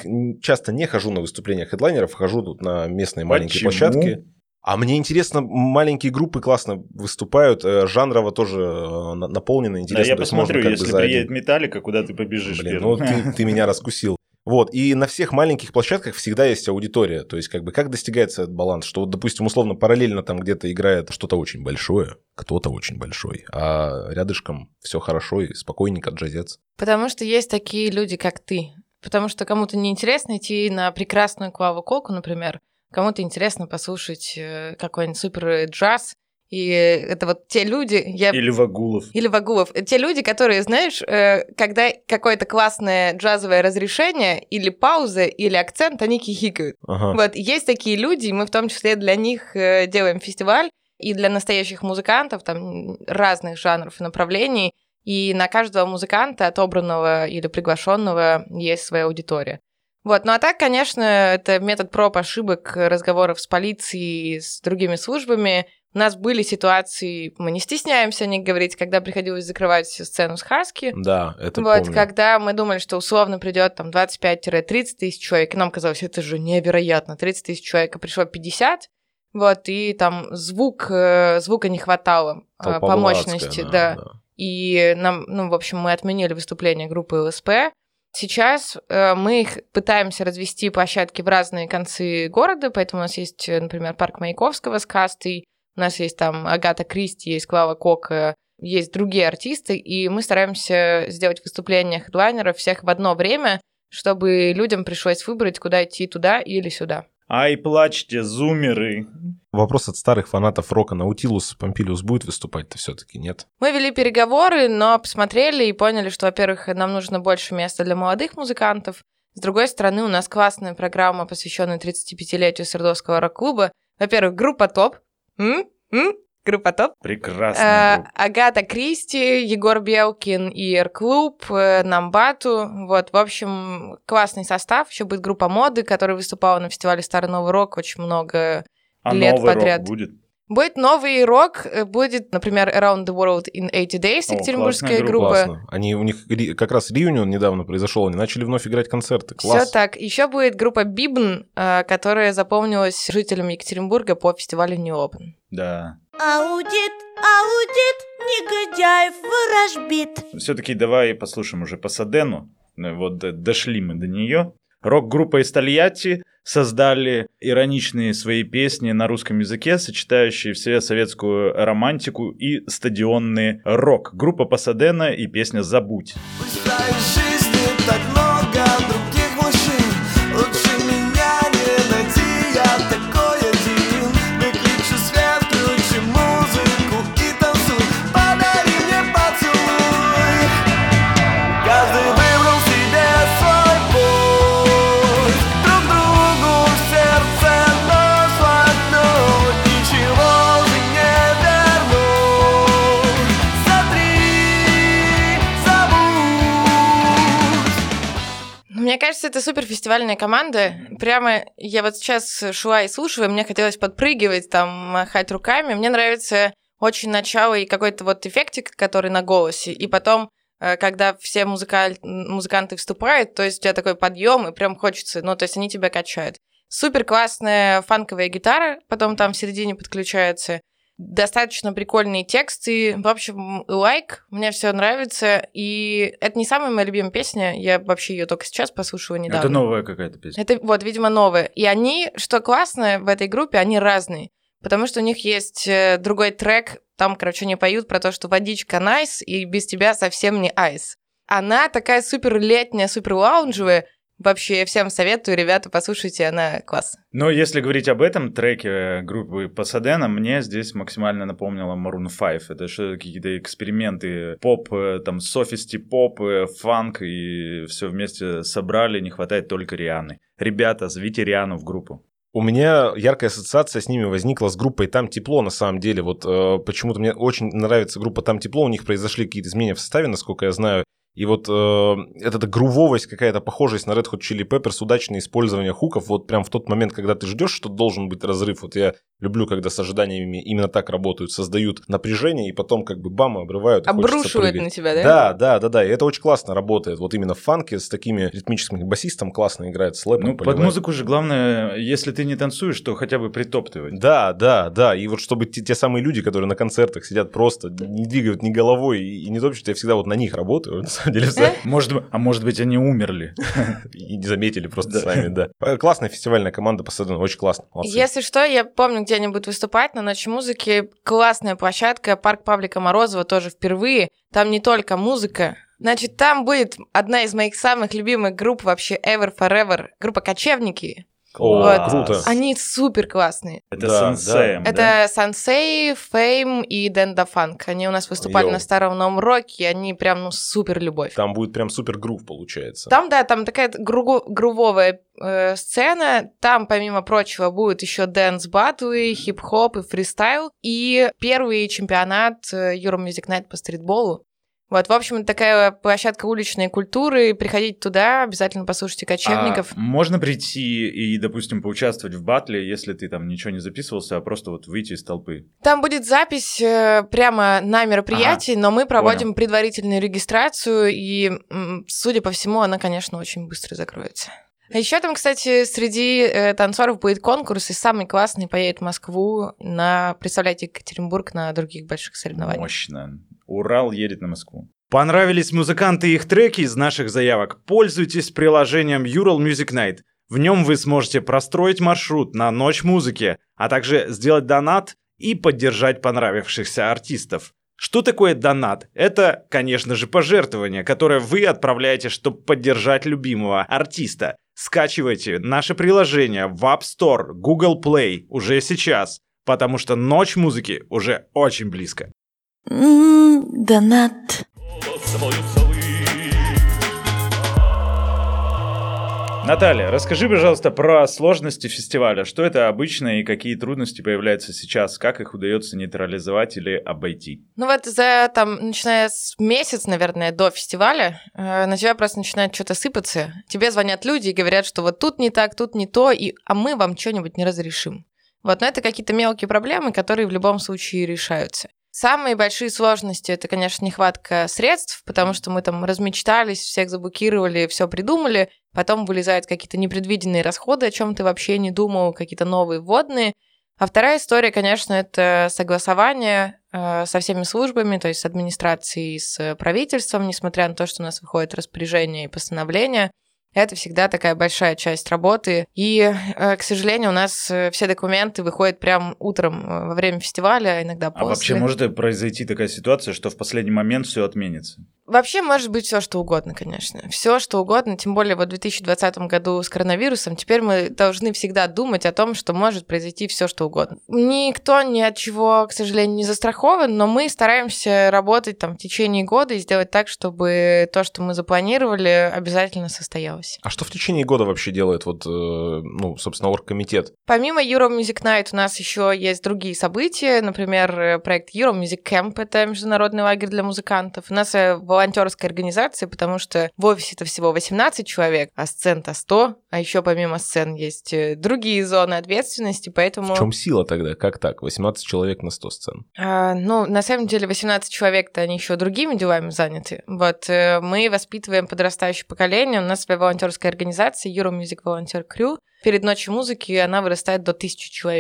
B: часто не хожу на выступления хедлайнеров, хожу тут на местные маленькие площадки. А мне интересно, маленькие группы классно выступают, жанрово тоже наполнено, интересно.
A: Да, я посмотрю, если приедет Металлика, куда ты побежишь?
B: Блин, ну ты меня раскусил. Вот, и на всех маленьких площадках всегда есть аудитория. То есть, как достигается этот баланс? Что, вот, допустим, условно, параллельно там где-то играет что-то очень большое, кто-то очень большой, а рядышком все хорошо и спокойненько джазец.
C: Потому что есть такие люди, как ты. Потому что кому-то неинтересно идти на прекрасную Клаву Коку, например, кому-то интересно послушать какой-нибудь супер джаз. И это вот те люди...
A: Или Вагулов.
C: Те люди, которые, знаешь, когда какое-то классное джазовое разрешение, или пауза, или акцент, они хихикают.
B: Ага.
C: Вот, есть такие люди, и мы в том числе для них делаем фестиваль, и для настоящих музыкантов, там, разных жанров и направлений, и на каждого музыканта, отобранного или приглашенного, есть своя аудитория. Вот, ну а так, конечно, это метод проб, ошибок, разговоров с полицией, с другими службами. У нас были ситуации, мы не стесняемся о них говорить, когда приходилось закрывать сцену с Хаски.
B: Да, это
C: вот,
B: помню.
C: когда мы думали, что условно придет там 25-30 тысяч человек, и нам казалось, это же невероятно, 30 тысяч человек, а пришло 50, вот, и там звука не хватало по мощности, да. И нам, ну, в общем, мы отменили выступление группы ЛСП. Сейчас мы их пытаемся развести площадки в разные концы города, поэтому у нас есть, например, парк Маяковского с кастой, у нас есть там Агата Кристи, есть Клава Кока, есть другие артисты, и мы стараемся сделать выступления хедлайнеров всех в одно время, чтобы людям пришлось выбрать, куда идти, туда или сюда.
A: Ай, плачьте, зумеры.
B: Вопрос от старых фанатов рока. Наутилус Помпилиус будет выступать-то все-таки, нет?
C: Мы вели переговоры, но посмотрели и поняли, что, во-первых, нам нужно больше места для молодых музыкантов. С другой стороны, у нас классная программа, посвященная 35-летию Свердловского рок-клуба. Во-первых, группа ТОП. Группа ТОП.
A: Прекрасная группа.
C: Агата Кристи, Егор Белкин и Р-клуб, Намбату. Вот, в общем, классный состав. Еще будет группа Моды, которая выступала на фестивале Старый Новый Рок очень много лет
A: новый
C: подряд.
A: Рок будет?
C: Будет новый рок, будет, например, Around the World in 80 Days, екатеринбургская группа.
B: Классно. У них как раз реюнион недавно произошел, они начали вновь играть концерты. Класс.
C: Все так. Еще будет группа Бибн, которая запомнилась жителям Екатеринбурга по фестивалю New Open.
A: Да.
D: Аудит, негодяев ворожбит.
A: Все-таки давай послушаем уже Пасадену. Вот дошли мы до нее. Рок-группа из Тольятти создали ироничные свои песни на русском языке, сочетающие в себе советскую романтику и стадионный рок. Группа Пасадена и песня «Забудь».
E: Так много других мужчин, лучше меня не найти, я такой один. Выключи свет, включи музыку и танцуй, подари мне поцелуй. Каждый выбрал себе свой путь, друг другу в сердце нож воткнуть, ничего же не вернуть. Смотри, забудь.
C: Мне кажется, это суперфестивальная команда. Прямо я вот сейчас шла и слушала, и мне хотелось подпрыгивать, там, махать руками. Мне нравится очень начало и какой-то вот эффектик, который на голосе. И потом, когда все музыканты вступают, то есть у тебя такой подъем, и прям хочется, ну, то есть они тебя качают. Супер классная фанковая гитара, потом там в середине подключается. достаточно прикольные тексты. В общем, мне все нравится. И это не самая моя любимая песня, я вообще ее только сейчас послушала недавно.
A: Это новая какая-то песня.
C: Это вот, видимо, новая. И они, что классно в этой группе, они разные. Потому что у них есть другой трек, там, короче, они поют про то, что водичка найс, и без тебя совсем не айс. Она такая супер летняя, супер лаунжевая. Вообще, я всем советую, ребята, послушайте, она классная.
A: Но если говорить об этом треке группы Pasadena, мне здесь максимально напомнило Maroon 5. Это что, какие-то эксперименты, поп, там, софисти-поп, фанк, и все вместе собрали, не хватает только Рианы. Ребята, зовите Риану в группу.
B: У меня яркая ассоциация с ними возникла с группой «Там тепло», на самом деле. Вот почему-то мне очень нравится группа «Там тепло», у них произошли какие-то изменения в составе, насколько я знаю. И вот эта грувовость, какая-то похожесть на Red Hot Chili Peppers, удачное использование хуков, вот прям в тот момент, когда ты ждешь, что должен быть разрыв. Вот я люблю, когда с ожиданиями именно так работают, создают напряжение, и потом как бы бам, обрывают.
C: Обрушивают на тебя, да?
B: Да. И это очень классно работает. Вот именно в фанке с такими ритмическими басистом классно играет, с лэпом.
A: Ну, под музыку же главное, если ты не танцуешь, то хотя бы притоптывать.
B: Да. И вот чтобы те самые люди, которые на концертах сидят просто, не двигают ни головой и не топчут, я всегда вот на них работаю, на самом деле.
A: Может быть, они умерли.
B: И не заметили просто сами, да. Классная фестивальная команда Pasadena, очень классно. Молодцы.
C: Если что, я помню, где они будут выступать на Ночи музыки. Классная площадка, парк Павлика Морозова тоже впервые. Там не только музыка. Значит, там будет одна из моих самых любимых групп вообще ever, forever. Группа «Кочевники».
B: О, круто.
C: Они супер классные.
A: Это Сансеем, да?
C: Это Сансей, Фейм и Дэнда Фанк. Они у нас выступали на Старом Новом Роке, они прям, супер любовь.
B: Там будет прям супер грув, получается.
C: Там такая грувовая сцена. Там, помимо прочего, будет еще дэнс-баттлы, хип-хоп и фристайл. И первый чемпионат Euro Music Night по стритболу. Вот, в общем, такая площадка уличной культуры. Приходите туда, обязательно послушайте «Кочевников».
A: Можно прийти и, допустим, поучаствовать в баттле, если ты там ничего не записывался, а просто вот выйти из толпы?
C: Там будет запись прямо на мероприятии, но мы проводим предварительную регистрацию, и, судя по всему, она, конечно, очень быстро закроется. А еще там, кстати, среди танцоров будет конкурс, и самый классный поедет в Москву на, представляете, Екатеринбург на других больших соревнованиях.
A: Мощно. Урал едет на Москву. Понравились музыканты и их треки из наших заявок? Пользуйтесь приложением Ural Music Night. В нем вы сможете простроить маршрут на Ночь музыки, а также сделать донат и поддержать понравившихся артистов. Что такое донат? Это, конечно же, пожертвование, которое вы отправляете, чтобы поддержать любимого артиста. Скачивайте наше приложение в App Store, Google Play уже сейчас, потому что Ночь музыки уже очень близко.
D: Донат.
A: Наталья, расскажи, пожалуйста, про сложности фестиваля. Что это обычно и какие трудности появляются сейчас? Как их удается нейтрализовать или обойти?
C: Ну вот начиная с месяца, наверное, до фестиваля, на тебя просто начинает что-то сыпаться. Тебе звонят люди и говорят, что вот тут не так, тут не то, а мы вам что-нибудь не разрешим. Вот, но это какие-то мелкие проблемы, которые в любом случае решаются. Самые большие сложности — это, конечно, нехватка средств, потому что мы там размечтались, всех заблокировали, все придумали, потом вылезают какие-то непредвиденные расходы, о чем ты вообще не думал, какие-то новые вводные. А вторая история, конечно, это согласование со всеми службами, то есть с администрацией, с правительством, несмотря на то, что у нас выходят распоряжения и постановления. Это всегда такая большая часть работы. И, к сожалению, у нас все документы выходят прямо утром во время фестиваля, иногда после.
A: А вообще может произойти такая ситуация, что в последний момент все отменится?
C: Вообще может быть все что угодно, конечно. Все что угодно, тем более в 2020 году с коронавирусом. Теперь мы должны всегда думать о том, что может произойти все что угодно. Никто ни от чего, к сожалению, не застрахован, но мы стараемся работать там в течение года и сделать так, чтобы то, что мы запланировали, обязательно состоялось.
B: А что в течение года вообще делает собственно, оргкомитет?
C: Помимо Euro Music Night у нас еще есть другие события, например, проект Euro Music Camp, это международный лагерь для музыкантов. У нас волонтерская организация, потому что в офисе-то всего 18 человек, а сцен-то 100, а еще помимо сцен есть другие зоны ответственности, поэтому...
B: В чем сила тогда? Как так? 18 человек на 100 сцен?
C: На самом деле 18 человек-то они еще другими делами заняты. Вот, мы воспитываем подрастающее поколение, у нас своя волонтерская организация Euro Music Volunteer Crew. Перед Ночью музыки она вырастает до 1000 человек.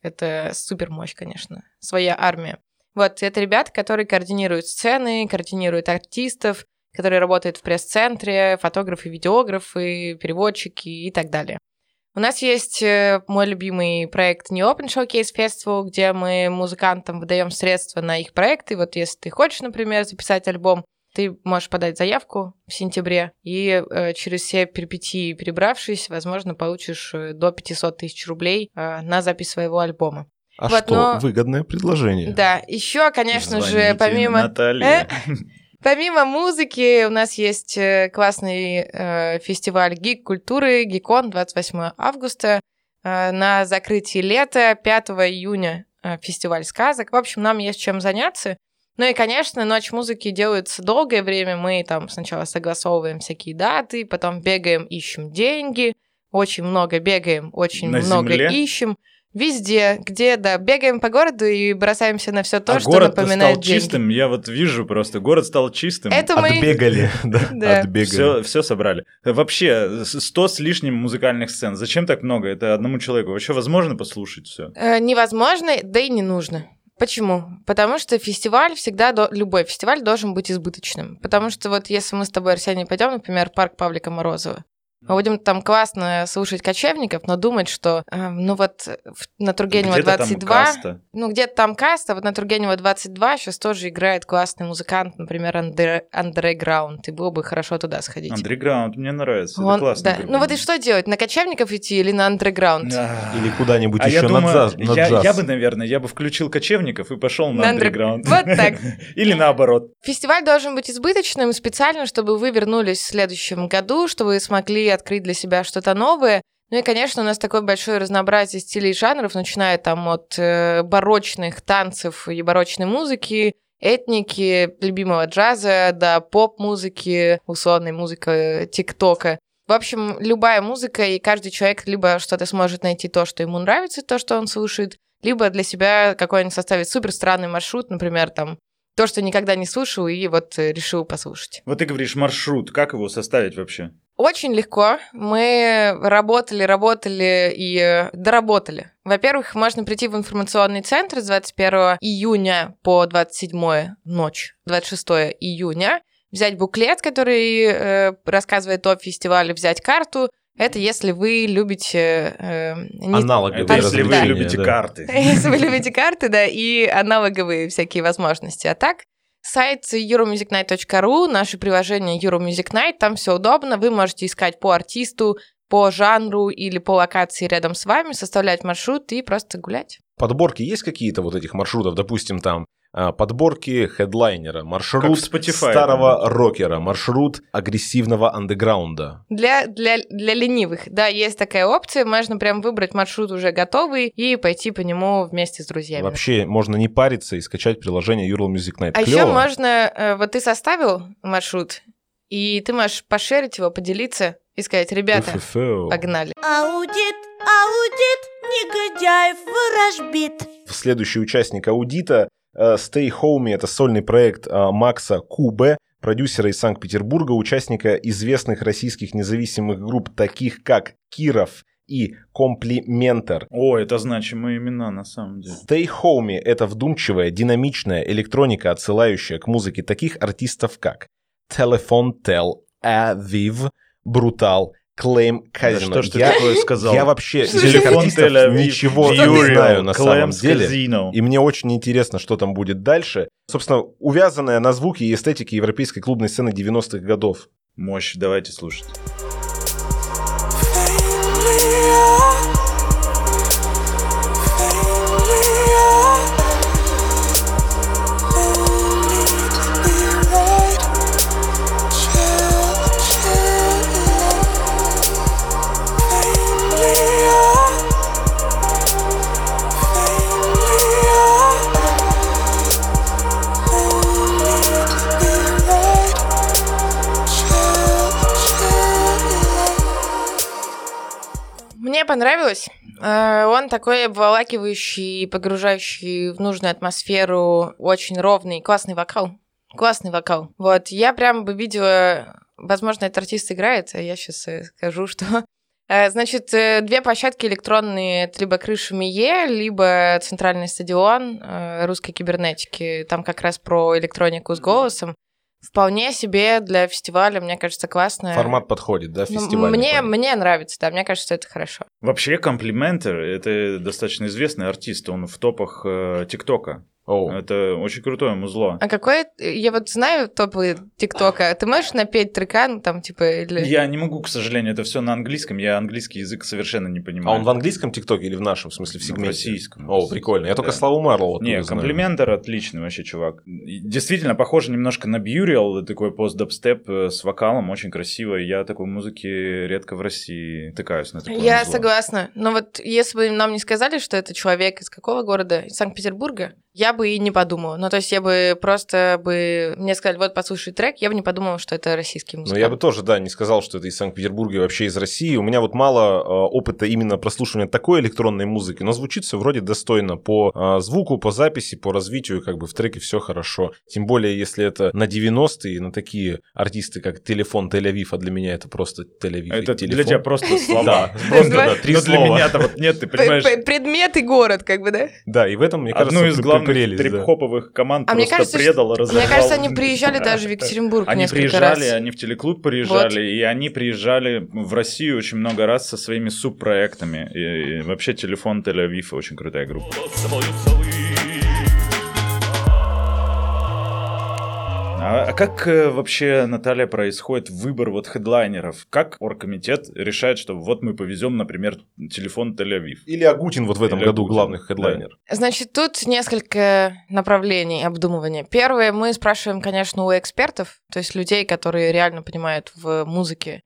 C: Это супер мощь, конечно. Своя армия. Вот, это ребята, которые координируют сцены, координируют артистов, которые работают в пресс-центре, фотографы, видеографы, переводчики и так далее. У нас есть мой любимый проект New Open Showcase Festival, где мы музыкантам выдаем средства на их проекты. Вот если ты хочешь, например, записать альбом, ты можешь подать заявку в сентябре, и через все перипетии перебравшись, возможно, получишь до 500 тысяч рублей на запись своего альбома.
B: А
C: вот,
B: что, выгодное предложение.
C: Да, еще, конечно
A: Звоните
C: же, помимо...
A: Наталье.
C: Помимо музыки у нас есть классный фестиваль гик-культуры, Гикон, 28 августа. На закрытии лета, 5 июня фестиваль сказок. В общем, нам есть чем заняться. Ну и, конечно, Ночь музыки делается долгое время. Мы там сначала согласовываем всякие даты, потом бегаем, ищем деньги. Очень много бегаем, очень
A: На
C: много
A: земле?
C: ищем. Везде, где, да, бегаем по городу и бросаемся на все то,
A: А
C: что
A: город-то
C: напоминает
A: стал
C: деньги.
A: чистым, я вот вижу просто, город стал чистым.
C: Это мы...
B: Отбегали,
C: Да.
B: отбегали.
A: Все собрали. Вообще, 100 с лишним музыкальных сцен. Зачем так много? Это одному человеку. Вообще возможно послушать все?
C: Невозможно, да и не нужно. Почему? Потому что фестиваль всегда, любой фестиваль должен быть избыточным. Потому что вот если мы с тобой, Арсений, пойдем, например, в парк Павлика Морозова, мы будем там классно слушать кочевников, но думать, что, на Тургенева
A: Где-то
C: 22...
A: там каста.
C: где-то там каста, вот на Тургенева 22 сейчас тоже играет классный музыкант, например, Underground, и было бы хорошо туда сходить.
A: Underground, мне нравится. Это
C: Он-
A: классная
C: да.
A: группа.
C: Ну вот и что делать? На кочевников идти или на Underground?
B: Или куда-нибудь
A: А я
B: еще
A: думаю,
B: на джаз.
A: я бы, наверное, я бы включил кочевников и пошел на
C: На
A: андерграунд.
C: Вот так.
A: Или наоборот.
C: Фестиваль должен быть избыточным специально, чтобы вы вернулись в следующем году, чтобы вы смогли открыть для себя что-то новое. Ну и, конечно, у нас такое большое разнообразие стилей и жанров, начиная там от барочных танцев и барочной музыки, этники, любимого джаза, до поп-музыки, условной музыки ТикТока. В общем, любая музыка, и каждый человек либо что-то сможет найти то, что ему нравится, то, что он слушает, либо для себя какой-нибудь составить супер странный маршрут, например, там, то, что никогда не слушал, и вот решил послушать.
A: Вот ты говоришь маршрут, как его составить вообще?
C: Очень легко. Мы работали и доработали. Во-первых, можно прийти в информационный центр с 21 июня по 27 ночь, 26 июня, взять буклет, который рассказывает о фестивале, взять карту. Это если вы любите...
B: Аналоговые
A: Это если вы
B: развлечения,
A: любите
B: да.
A: карты.
C: Если вы любите карты, да, и аналоговые всякие возможности. А так, сайт euromusicnight.ru, наше приложение Euromusic Night, там все удобно, вы можете искать по артисту, по жанру или по локации рядом с вами, составлять маршрут и просто гулять.
B: Подборки есть какие-то вот этих маршрутов? Допустим, там подборки хедлайнера, маршрут
A: Как в Spotify,
B: старого
A: там.
B: рокера, маршрут агрессивного андеграунда.
C: Для ленивых, да, есть такая опция, можно прям выбрать маршрут уже готовый и пойти по нему вместе с друзьями.
B: Вообще можно не париться и скачать приложение Ural Music Night.
C: А
B: Клево.
C: еще можно, вот ты составил маршрут, и ты можешь пошерить его, поделиться и сказать: ребята,
B: Фу-фу-фу.
C: погнали.
D: Аудит, негодяев ворожбит.
B: Следующий участник аудита Stay Home, это сольный проект Макса Кубе, продюсера из Санкт-Петербурга, участника известных российских независимых групп, таких как Киров и Комплиментар.
A: О, это значимые имена на самом деле.
B: Stay Home — это вдумчивая, динамичная электроника, отсылающая к музыке таких артистов, как Telephone Tel Aviv, Brutal, Claim Casino.
A: Да что ж ты такое сказал?
B: Я вообще из
A: Телефон
B: этих артистов
A: Тель-Авив,
B: ничего не
A: Юрио,
B: знаю на самом
A: Claims
B: деле.
A: Casino.
B: И мне очень интересно, что там будет дальше. Собственно, увязанная на звуки и эстетике европейской клубной сцены 90-х годов.
A: Мощь, давайте слушать.
C: Мне понравилось. Он такой обволакивающий, погружающий в нужную атмосферу, очень ровный, классный вокал. Классный вокал. Вот, я прям бы видела, возможно, этот артист играет, а я сейчас скажу, что Значит, 2 площадки электронные, это либо Крыша Мие, либо Центральный стадион русской кибернетики. Там как раз про электронику с голосом. Вполне себе для фестиваля, мне кажется, классно.
B: Формат подходит, да, фестивальный?
C: Мне нравится, да, мне кажется, это хорошо.
A: Вообще, Комплиментер — это достаточно известный артист, он в топах ТикТока. Это очень крутое музло.
C: А какой... Я вот знаю топы ТикТока. Ты можешь напеть трека, ну, там, типа, или...
A: Я не могу, к сожалению, это все на английском. Я английский язык совершенно не понимаю.
B: А он в английском ТикТоке или в нашем, в смысле, в сегменте?
A: В российском.
B: О, прикольно. Я только Славу Марлова.
A: Не, Комплиментер отличный вообще чувак. Действительно, похоже немножко на Бьюриал, такой пост-дабстеп с вокалом, очень красиво. Я такой музыки редко в России тыкаюсь на такое
C: Я
A: музло.
C: согласна. Но вот если бы нам не сказали, что это человек из какого города? Из Санкт-Петербурга, я бы и не подумала. Ну, то есть я бы просто мне сказали, вот, послушай трек, я бы не подумала, что это российский музыкант.
B: Ну, я бы тоже, да, не сказал, что это из Санкт-Петербурга и вообще из России. У меня вот мало опыта именно прослушивания такой электронной музыки, но звучит все вроде достойно по звуку, по записи, по развитию, как бы в треке все хорошо. Тем более, если это на 90-е, на такие артисты, как Телефон Тель-Авив, а для меня это просто Тель-Авив.
A: Это
B: телефон.
A: для тебя просто слова.
B: Да, просто, да, 3
A: Но
B: слова.
A: для меня-то вот нет, ты понимаешь...
C: Предмет и город, как бы, да?
B: Да, и в этом, мне кажется,
A: одну из главных
B: прелесть, да.
A: трип-хоповых команд
C: мне
A: просто
C: кажется,
A: предал, разорвал.
C: Мне кажется, они приезжали даже в Екатеринбург
A: Они
C: несколько раз.
A: приезжали, они в телеклуб приезжали, и они приезжали в Россию очень много раз со своими субпроектами. И вообще Телефон Тель-Авив очень крутая группа. А как вообще, Наталья, происходит выбор вот хедлайнеров? Как оргкомитет решает, что вот мы повезем, например, Телефон Тель-Авив?
B: Или Агутин вот в этом
A: Или
B: году
A: Агутин,
B: главный хедлайнер.
C: Значит, тут несколько направлений обдумывания. Первое, мы спрашиваем, конечно, у экспертов, то есть людей, которые реально понимают в музыке.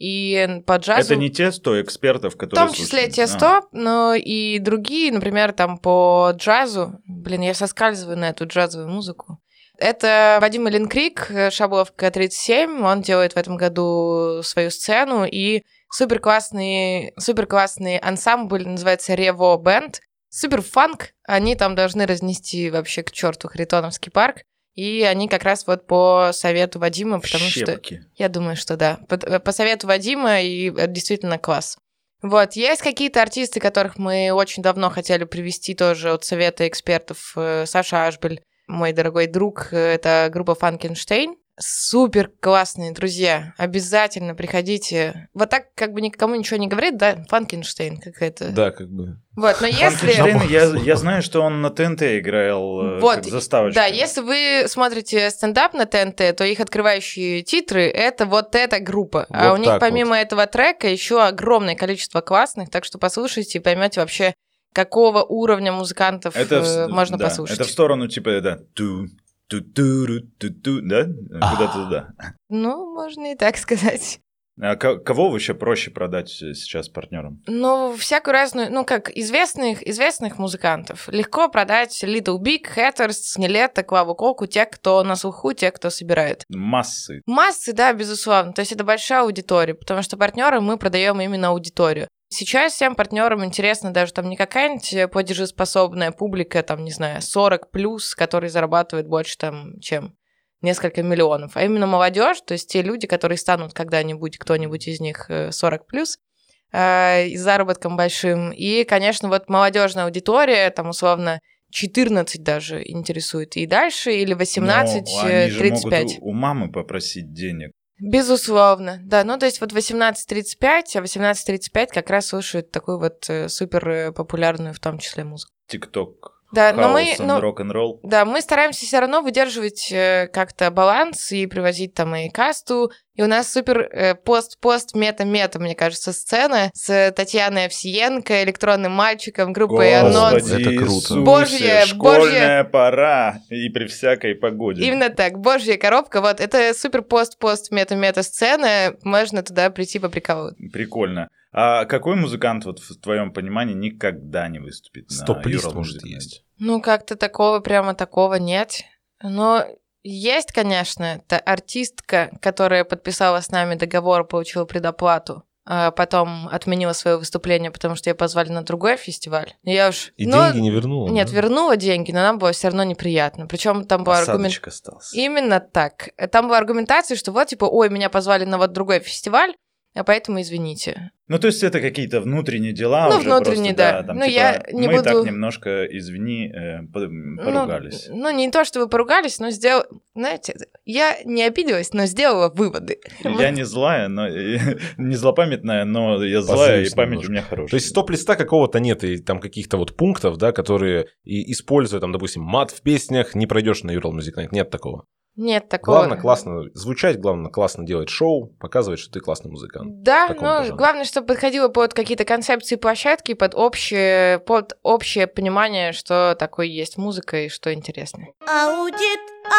C: И по джазу...
A: Это не те 100 экспертов,
C: В
A: которые
C: том числе
A: слушают?
C: те 100, но и другие, например, там по джазу. Блин, я соскальзываю на эту джазовую музыку. Это Вадим Эленкрик, Шабловка 37. Он делает в этом году свою сцену. И суперклассный ансамбль, называется Рево Бэнд. Суперфанк. Они там должны разнести вообще к черту Харитоновский парк. И они как раз вот по совету Вадима, потому
A: Щепки.
C: что... Я думаю, что да. По совету Вадима, и это действительно класс. Вот, есть какие-то артисты, которых мы очень давно хотели привести тоже от совета экспертов. Саша Ашбель, мой дорогой друг, это группа Фанкенштейн. Супер классные друзья, обязательно приходите. Вот так как бы никому ничего не говорит, да, Фанкенштейн какая-то.
B: Да, как бы.
C: Вот, но если...
A: Фанкенштейн, я знаю, что он на ТНТ играл как заставочку.
C: Да, если вы смотрите стендап на ТНТ, то их открывающие титры — это вот эта группа.
B: Вот
C: а у них помимо
B: вот.
C: этого трека еще огромное количество классных, так что послушайте и поймете вообще, какого уровня музыкантов можно послушать.
A: Это в сторону типа, да, ту-ту-ру-ту-ту, да? Куда-то туда.
C: Ну, можно и так сказать.
A: А кого вообще проще продать сейчас партнерам?
C: Ну, всякую разную, ну, как известных музыкантов. Легко продать Little Big, Hatters, Нилетто, Клаву Коку, те, кто на слуху, те, кто собирает.
A: Массы.
C: Массы, да, безусловно. То есть это большая аудитория, потому что партнерам мы продаем именно аудиторию. Сейчас всем партнерам интересно даже там не какая-нибудь платежеспособная публика, там, не знаю, 40+, которые зарабатывают больше, там, чем несколько миллионов, а именно молодежь, то есть те люди, которые станут когда-нибудь, кто-нибудь из них 40+, и с заработком большим. И, конечно, вот молодежная аудитория, там, условно, 14 даже интересует и дальше, или 18,
A: Но они же
C: 35.
A: могут у мамы попросить денег.
C: Безусловно, да. Ну, то есть вот 18-35, а 18-35 как раз слушают такую вот супер популярную в том числе музыку.
A: ТикТок.
C: Да, но мы...
A: рок-н-ролл.
C: Да, мы стараемся все равно выдерживать как-то баланс и привозить там и касту. И у нас супер пост-пост мета-мета, мне кажется, сцена с Татьяной Овсиенко, электронным мальчиком, группой «Анонс».
B: Это круто.
A: Иисусе,
C: Божья,
A: школьная пора и при всякой погоде.
C: Именно так, божья коробка. Вот, это супер пост-пост мета-мета сцена. Можно туда прийти поприкалывать.
A: Прикольно. А какой музыкант, вот в твоем понимании, никогда не выступит на
B: Стоп-лист,
A: Ural
B: может,
A: Music Night?
B: есть.
C: Ну, как-то такого нет. Но есть, конечно, это артистка, которая подписала с нами договор, получила предоплату, а потом отменила свое выступление, потому что ее позвали на другой фестиваль. Я уж...
B: И деньги не вернула?
C: Нет,
B: да?
C: вернула деньги, но нам было все равно неприятно. Причем там была
A: Осадочек остался.
C: Именно так. Там была аргументация, что вот, типа, ой, меня позвали на вот другой фестиваль, а поэтому извините.
A: Ну, то есть это какие-то внутренние дела
C: Ну,
A: уже
C: внутренние,
A: просто,
C: да.
A: там,
C: Ну,
A: типа,
C: я не
A: мы
C: буду-
A: так немножко, извини, поругались.
C: Ну, не то, что вы поругались, но знаете, я не обиделась, но сделала выводы.
A: Я не злая, но не злопамятная, но я злая,
B: Позлюсь
A: и память
B: немножко.
A: у меня хорошая.
B: То есть стоп-листа какого-то нет, и там каких-то вот пунктов, да, которые, используя, там, допустим, мат в песнях, не пройдешь на Ural Music Night. Нет такого.
C: Нет такого.
B: Главное классно звучать, главное классно делать шоу, показывать, что ты классный музыкант.
C: Да,
B: в таком-то
C: но
B: жанре.
C: главное, чтобы подходило под какие-то концепции площадки, под общее понимание, что такое есть музыка и что интересно.
D: Аудит,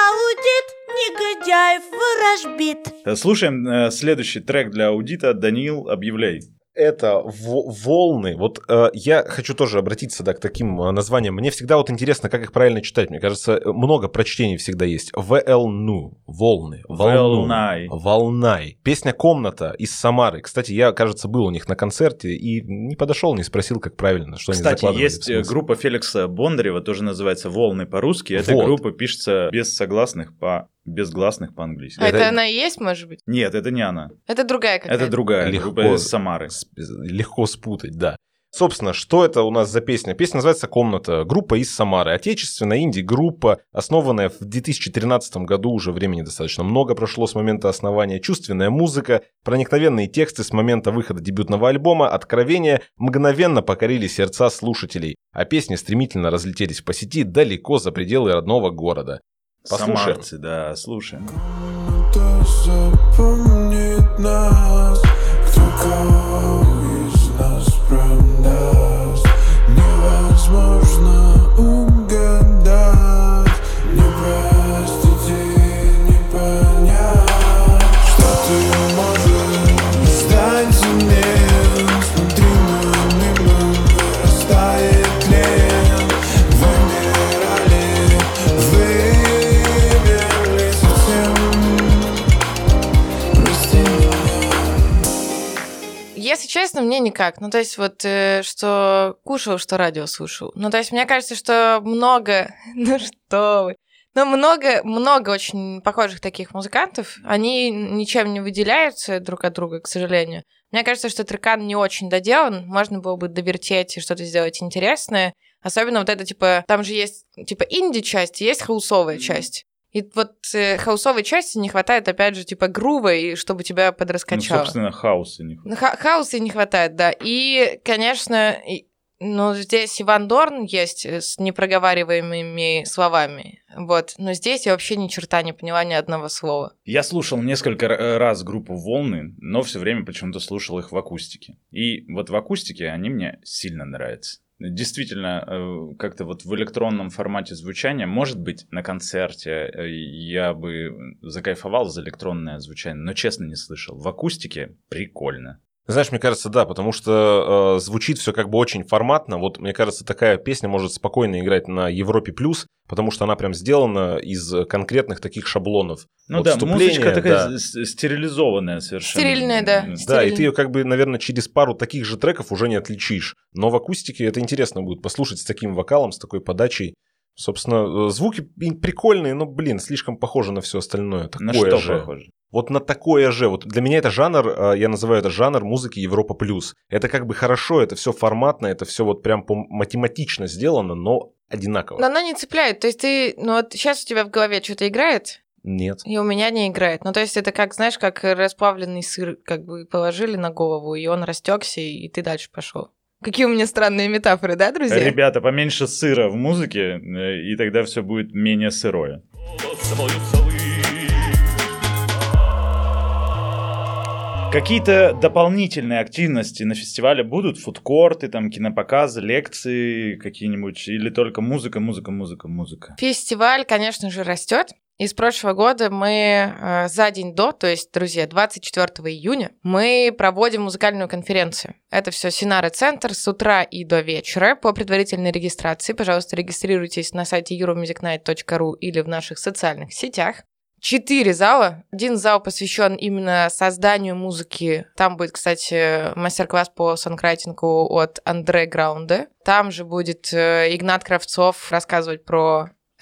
D: негодяев ворожбит.
A: Слушаем следующий трек для аудита. Даниил, объявляй.
B: Это волны. Вот я хочу тоже обратиться, да, к таким названиям. Мне всегда вот интересно, как их правильно читать. Мне кажется, много прочтений всегда есть. ВЛНУ. Волны.
A: Волнай.
B: Волнай. Песня «Комната» из Самары. Кстати, я, кажется, был у них на концерте и не подошел, не спросил, как правильно, что
A: Кстати,
B: они закладывали в
A: есть
B: смысл.
A: группа Феликса Бондарева, тоже называется «Волны» по-русски. Эта
B: Вот.
A: группа пишется без согласных безгласных по-английски.
C: А это она и есть, может быть?
A: Нет, это не она.
C: Это другая какая-то.
A: Это другая
B: Легко.
A: группа из Самары.
B: Легко спутать, да. Собственно, что это у нас за песня? Песня называется «Комната». Группа из Самары. Отечественная инди-группа, основанная в 2013 году. Уже времени достаточно много прошло с момента основания. Чувственная музыка, проникновенные тексты с момента выхода дебютного альбома, откровения мгновенно покорили сердца слушателей. А песни стремительно разлетелись по сети далеко за пределы родного города. Послушаем.
A: Самарцы, да, слушаем.
E: Кто запомнит нас, кто кого из нас продаст, невозможно угадать, не простить и не понять, что ты можешь стать замен, смотри, мимо вырастает тлен, вымирали, вымерли совсем. Прости меня.
C: Если честно, мне никак. Ну, то есть вот, что кушал, что радио слушал. Ну, то есть мне кажется, что много... Ну, что вы... Но много очень похожих таких музыкантов. Они ничем не выделяются друг от друга, к сожалению. Мне кажется, что трекан не очень доделан. Можно было бы довертеть и что-то сделать интересное. Особенно вот это, типа... Там же есть, типа, инди-часть и есть хаусовая часть. И вот хаусовой части не хватает, опять же, типа, грува, и чтобы тебя
A: Ну,
C: подраскачало.
A: собственно, хаоса не хватает.
C: Хаоса не хватает, да. И, конечно, ну, здесь Иван Дорн есть с непроговариваемыми словами. Вот. Но здесь я вообще ни черта не поняла ни одного слова.
A: Я слушал несколько раз группу «Волны», но все время почему-то слушал их в акустике. И вот в акустике они мне сильно нравятся. Действительно, как-то вот в электронном формате звучания, может быть, на концерте я бы закайфовал за электронное звучание, но, честно, не слышал. В акустике прикольно.
B: Знаешь, мне кажется, да, потому что звучит все как бы очень форматно. Вот, мне кажется, такая песня может спокойно играть на Европе плюс, потому что она прям сделана из конкретных таких шаблонов.
A: Ну
B: Вот
A: да,
B: вступление,
A: музычка такая
B: да.
A: стерилизованная совершенно.
C: Стерильная, да.
B: Да, и
C: Стерильная.
B: ты ее как бы, наверное, через пару таких же треков уже не отличишь. Но в акустике это интересно будет послушать с таким вокалом, с такой подачей. Собственно, звуки прикольные, но, блин, слишком похожи на все остальное. Такое
A: На что
B: же.
A: похоже?
B: Вот на такое же. Вот для меня это жанр, я называю это жанр музыки Европа плюс. Это как бы хорошо, это все форматно, это все вот прям математично сделано, но одинаково.
C: Но она не цепляет. То есть ты... Ну вот сейчас у тебя в голове что-то играет,
B: Нет.
C: и у меня не играет. Ну то есть это как, знаешь, как расплавленный сыр как бы положили на голову, и он растекся, и ты дальше пошел. Какие у меня странные метафоры, да, друзья?
A: Ребята, поменьше сыра в музыке, и тогда все будет менее сырое. Какие-то дополнительные активности на фестивале будут? Фудкорты, там, кинопоказы, лекции какие-нибудь? Или только музыка?
C: Фестиваль, конечно же, растет. И с прошлого года мы за день до, то есть, друзья, 24 июня, мы проводим музыкальную конференцию. Это все Синара-центр с утра и до вечера по предварительной регистрации. Пожалуйста, регистрируйтесь на сайте euromusicnight.ru или в наших социальных сетях. 4 зала. Один зал посвящен именно созданию музыки. Там будет, кстати, мастер-класс по сонграйтингу от Андре Граунде. Там же будет Игнат Кравцов рассказывать про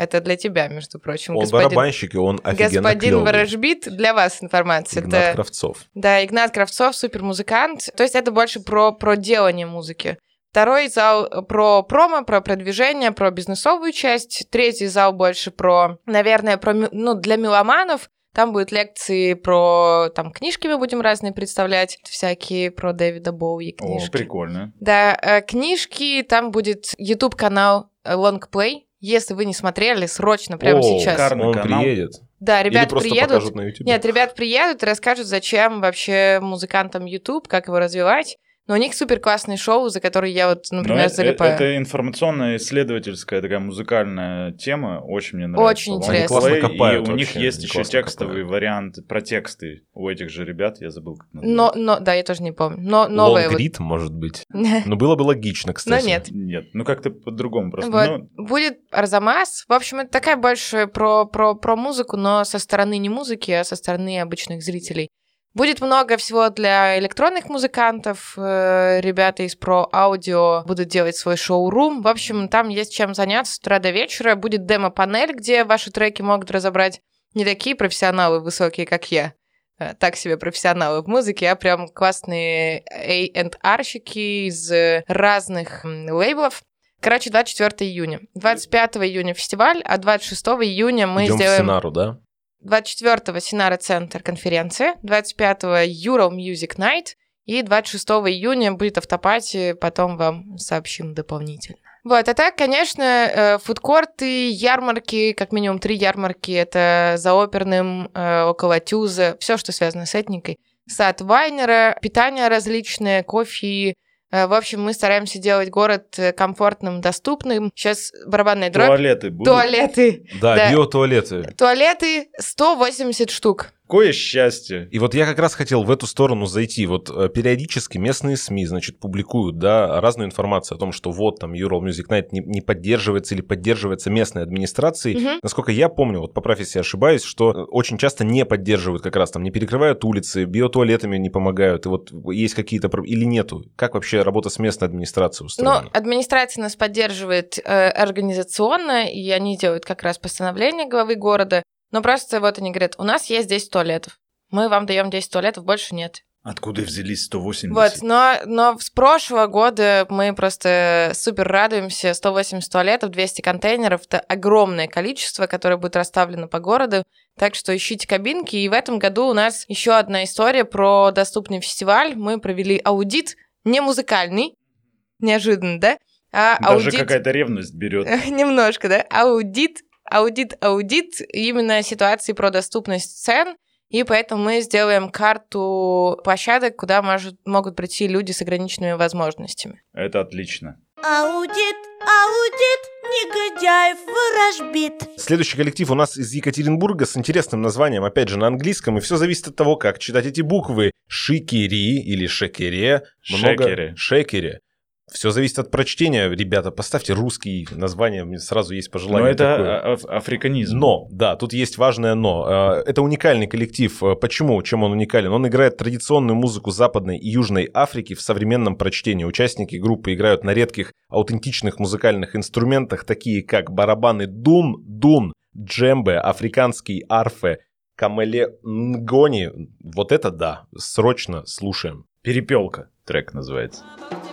C: Это для тебя, между прочим.
B: Он барабанщик, и он офигенно
C: Господин
B: клёвый.
C: Ворожбит, для вас информация.
B: Игнат Кравцов.
C: Да, Игнат Кравцов, супермузыкант. То есть это больше про делание музыки. Второй зал про промо, про продвижение, про бизнесовую часть. Третий зал больше про, наверное, для меломанов. Там будут лекции про, книжки мы будем разные представлять, всякие про Дэвида Боуи книжки.
A: О, прикольно.
C: Да, книжки, там будет YouTube-канал Longplay. Если вы не смотрели, срочно, прямо сейчас.
B: Он приедет.
C: Да, ребята
B: Или просто
C: приедут.
B: покажут на YouTube.
C: Нет, ребят приедут и расскажут, зачем вообще музыкантам YouTube, как его развивать. Но у них супер классные шоу, за которые я например, залипаю.
A: Это информационно-исследовательская такая музыкальная тема, очень мне нравится.
C: Очень интересно.
B: Они классно копают
A: и у них
B: вообще,
A: есть
B: они
A: еще
B: классно
A: текстовый
B: копают.
A: вариант про тексты у этих же ребят, я забыл, как называется.
C: Да, я тоже не помню. Но новое.
B: Лонгрид, может быть. Но было бы логично, кстати.
C: Но нет.
A: Нет, как-то по-другому просто.
C: Вот. Будет Арзамас. В общем, это такая больше про музыку, но со стороны не музыки, а со стороны обычных зрителей. Будет много всего для электронных музыкантов. Ребята из Pro Audio будут делать свой шоу-рум. В общем, там есть чем заняться с утра до вечера. Будет демо-панель, где ваши треки могут разобрать не такие профессионалы высокие, как я, так себе профессионалы в музыке, а прям классные A&R-щики из разных лейблов. 24 июня. 25 июня фестиваль, а 26 июня мы
B: Идем
C: сделаем...
B: в Синару, да?
C: 24-го Синара Центр конференция, 25-го Ural Music Night, и 26 июня будет автопати, потом вам сообщим дополнительно. Вот, а так, конечно, фудкорты, ярмарки, как минимум 3 ярмарки, это за оперным, около Тюза, все, что связано с этникой, сад Вайнера, питание различное, кофе. В общем, мы стараемся делать город комфортным, доступным. Сейчас барабанная дробь.
A: Туалеты будут?
C: Туалеты.
B: Да, биотуалеты.
C: Туалеты 180 штук.
A: Какое счастье.
B: И вот я как раз хотел в эту сторону зайти. Вот периодически местные СМИ, публикуют, да, разную информацию о том, что вот там Ural Music Night не поддерживается или поддерживается местной администрацией.
C: Угу.
B: Насколько я помню, вот поправь, если я ошибаюсь, что очень часто не поддерживают как раз, не перекрывают улицы, биотуалетами не помогают, и вот есть какие-то... Или нету? Как вообще работа с местной администрацией устроена?
C: Администрация нас поддерживает организационно, и они делают как раз постановление главы города. Но просто вот они говорят, у нас есть 10 туалетов. Мы вам даем 10 туалетов, больше нет.
A: Откуда взялись 180?
C: Вот, но с прошлого года мы просто супер радуемся. 180 туалетов, 200 контейнеров. Это огромное количество, которое будет расставлено по городу. Так что ищите кабинки. И в этом году у нас еще одна история про доступный фестиваль. Мы провели аудит, не музыкальный, неожиданно, да?
A: Даже какая-то ревность берет.
C: Немножко, да? Аудит, именно ситуации про доступность сцен, и поэтому мы сделаем карту площадок, куда могут прийти люди с ограниченными возможностями.
A: Это отлично.
D: Аудит, негодяев ворожбит.
B: Следующий коллектив у нас из Екатеринбурга с интересным названием, опять же, на английском, и все зависит от того, как читать эти буквы. Шикери или Шекере. Шекере. Все зависит от прочтения. Ребята, поставьте русские названия, мне сразу есть пожелание.
A: Но это африканизм.
B: Но, да, тут есть важное но. Это уникальный коллектив. Почему? Чем он уникален? Он играет традиционную музыку Западной и Южной Африки в современном прочтении. Участники группы играют на редких аутентичных музыкальных инструментах, такие как барабаны дун, джембе, африканский арфе, камеле нгони. Вот это да, срочно слушаем.
A: Перепелка трек называется.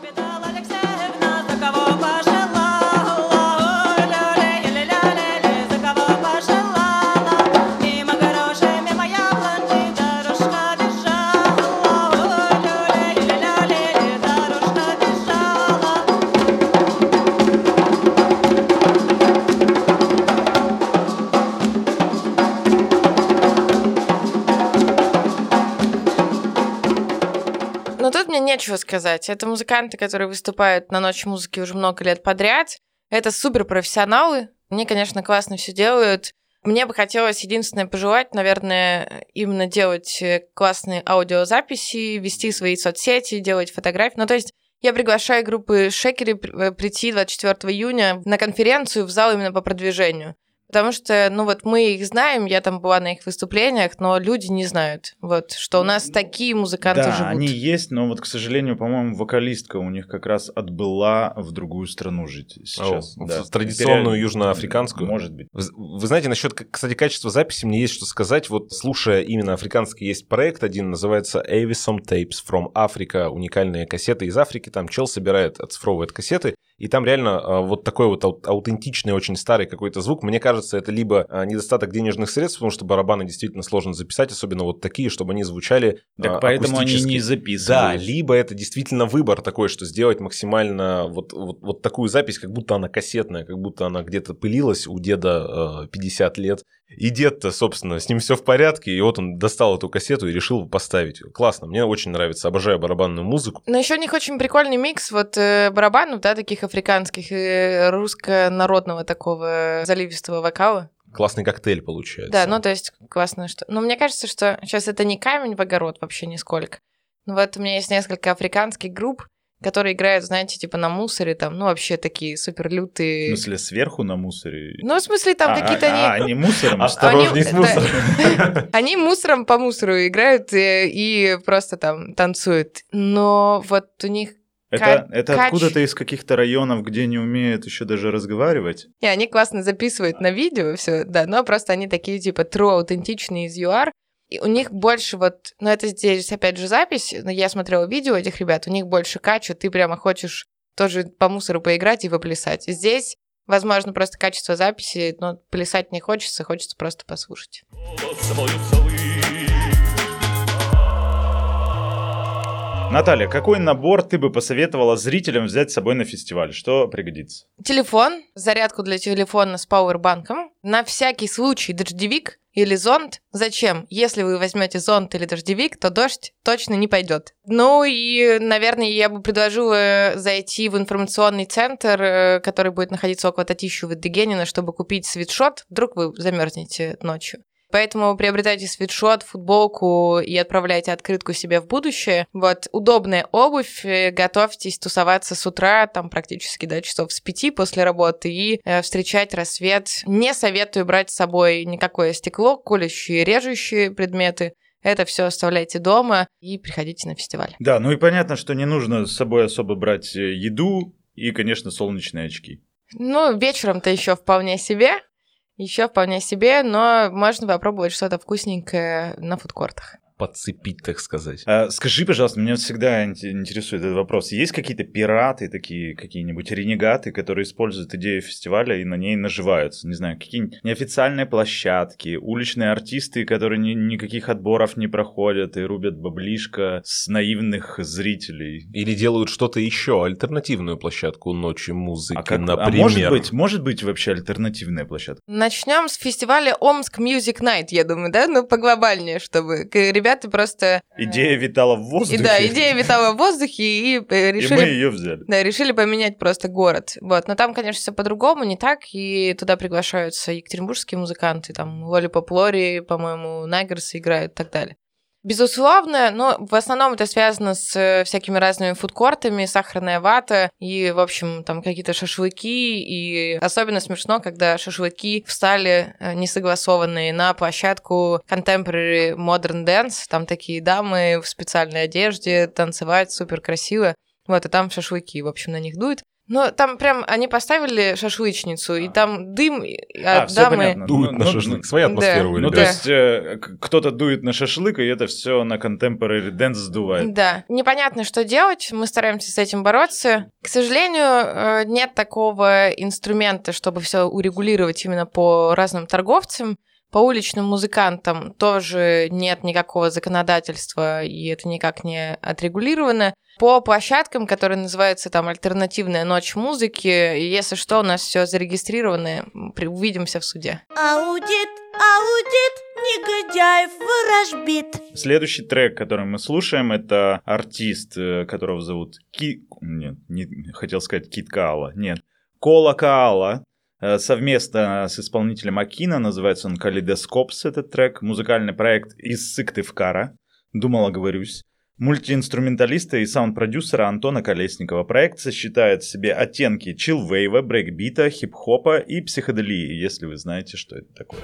C: Но тут мне нечего сказать. Это музыканты, которые выступают на Ночь музыки уже много лет подряд. Это суперпрофессионалы. Они, конечно, классно все делают. Мне бы хотелось единственное пожелать, наверное, именно делать классные аудиозаписи, вести свои соцсети, делать фотографии. Ну, то есть я приглашаю группы Шекери прийти 24 июня на конференцию в зал именно по продвижению. Потому что, мы их знаем, я там была на их выступлениях, но люди не знают, что у нас такие музыканты живут.
A: Да, они есть, но к сожалению, по-моему, вокалистка у них как раз отбыла в другую страну жить сейчас.
B: В традиционную южноафриканскую?
A: Может быть.
B: Вы знаете, насчет, кстати, качества записи мне есть что сказать. Слушая именно африканский, есть проект один, называется Avisom Tapes from Africa, уникальные кассеты из Африки. Там чел собирает, оцифровывает кассеты, и там реально такой аутентичный, очень старый какой-то звук. Мне кажется, это либо недостаток денежных средств, потому что барабаны действительно сложно записать, особенно такие, чтобы они звучали
A: так поэтому они не записывают.
B: Да, либо это действительно выбор такой, что сделать максимально вот такую запись, как будто она кассетная, как будто она где-то пылилась у деда 50 лет. И дед-то, собственно, с ним все в порядке, и он достал эту кассету и решил поставить. Классно, мне очень нравится, обожаю барабанную музыку.
C: Но еще у них очень прикольный микс барабанов, таких африканских и русско-народного такого заливистого вокала.
B: Классный коктейль получается.
C: Да, то есть классно, что... Но мне кажется, что сейчас это не камень в огород вообще нисколько. У меня есть несколько африканских групп, которые играют, знаете, на мусоре, вообще такие супер лютые.
A: В смысле, сверху на мусоре?
C: В смысле, там какие-то они...
A: они мусором?
B: Осторожней с мусором.
C: Они мусором по мусору играют и просто там танцуют. Но у них...
A: Это откуда-то из каких-то районов, где не умеют еще даже разговаривать?
C: И они классно записывают на видео все, да, но просто они такие true, аутентичные из ЮАР. И у них больше это здесь опять же запись, но я смотрела видео этих ребят, у них больше качу, ты прямо хочешь тоже по мусору поиграть и поплясать. Здесь, возможно, просто качество записи, но плясать не хочется, хочется просто послушать.
A: Наталья, какой набор ты бы посоветовала зрителям взять с собой на фестиваль? Что пригодится?
C: Телефон, зарядку для телефона с пауэрбанком, на всякий случай дождевик или зонт. Зачем? Если вы возьмете зонт или дождевик, то дождь точно не пойдет. И, наверное, я бы предложила зайти в информационный центр, который будет находиться около Татищу Витгенина, чтобы купить свитшот. Вдруг вы замерзнете ночью. Поэтому приобретайте свитшот, футболку и отправляйте открытку себе в будущее. Удобная обувь, готовьтесь тусоваться с утра, там практически до часов с 5 после работы и встречать рассвет. Не советую брать с собой никакое стекло, колющие, режущие предметы. Это все оставляйте дома и приходите на фестиваль.
A: Да, и понятно, что не нужно с собой особо брать еду и, конечно, солнечные очки.
C: Вечером-то еще вполне себе, но можно попробовать что-то вкусненькое на фудкортах.
B: Подцепить, так сказать.
A: Скажи, пожалуйста, меня всегда интересует этот вопрос. Есть какие-то пираты, такие какие-нибудь ренегаты, которые используют идею фестиваля и на ней наживаются? Не знаю, какие-нибудь неофициальные площадки, уличные артисты, которые никаких отборов не проходят и рубят баблишко с наивных зрителей.
B: Или делают что-то еще, альтернативную площадку ночи музыки, например.
A: Может быть вообще альтернативная площадка?
C: Начнем с фестиваля Омск Music Night, я думаю, да? Поглобальнее, чтобы ребята просто...
A: Идея витала в воздухе.
C: Да, идея витала в воздухе, и решили...
A: И мы ее взяли.
C: Да, решили поменять просто город. Но там, конечно, все по-другому, не так, и туда приглашаются екатеринбургские музыканты, там Лолипоп Лори, по-моему, Наггерсы играют и так далее. Безусловно, но в основном это связано с всякими разными фудкортами, сахарная вата и, в общем, там какие-то шашлыки. И особенно смешно, когда шашлыки встали несогласованные на площадку Contemporary Modern Dance. Там такие дамы в специальной одежде танцевать супер красиво. И там шашлыки, в общем, на них дует. Но там прям они поставили шашлычницу, и там дым, а дамы...
B: Дуют на шашлык, своя атмосфера у ребят.
A: То есть кто-то дует на шашлык, и это все на Contemporary Dance сдувает.
C: Да, непонятно, что делать, мы стараемся с этим бороться. К сожалению, нет такого инструмента, чтобы все урегулировать именно по разным торговцам. По уличным музыкантам тоже нет никакого законодательства, и это никак не отрегулировано. По площадкам, которые называются там «Альтернативная ночь музыки», если что, у нас все зарегистрировано, увидимся в суде.
D: Аудит, негодяев ворожбит.
A: Следующий трек, который мы слушаем, это артист, которого зовут хотел сказать Кит Каала. Нет, Кола Каала. Совместно с исполнителем Акина, называется он «Калейдоскопс», этот трек, музыкальный проект из Сыктывкара, думал, оговорюсь. мультиинструменталиста и саунд-продюсера Антона Колесникова. Проект сочетает в себе оттенки чиллвейва, брейкбита, хип-хопа и психоделии, если вы знаете, что это такое.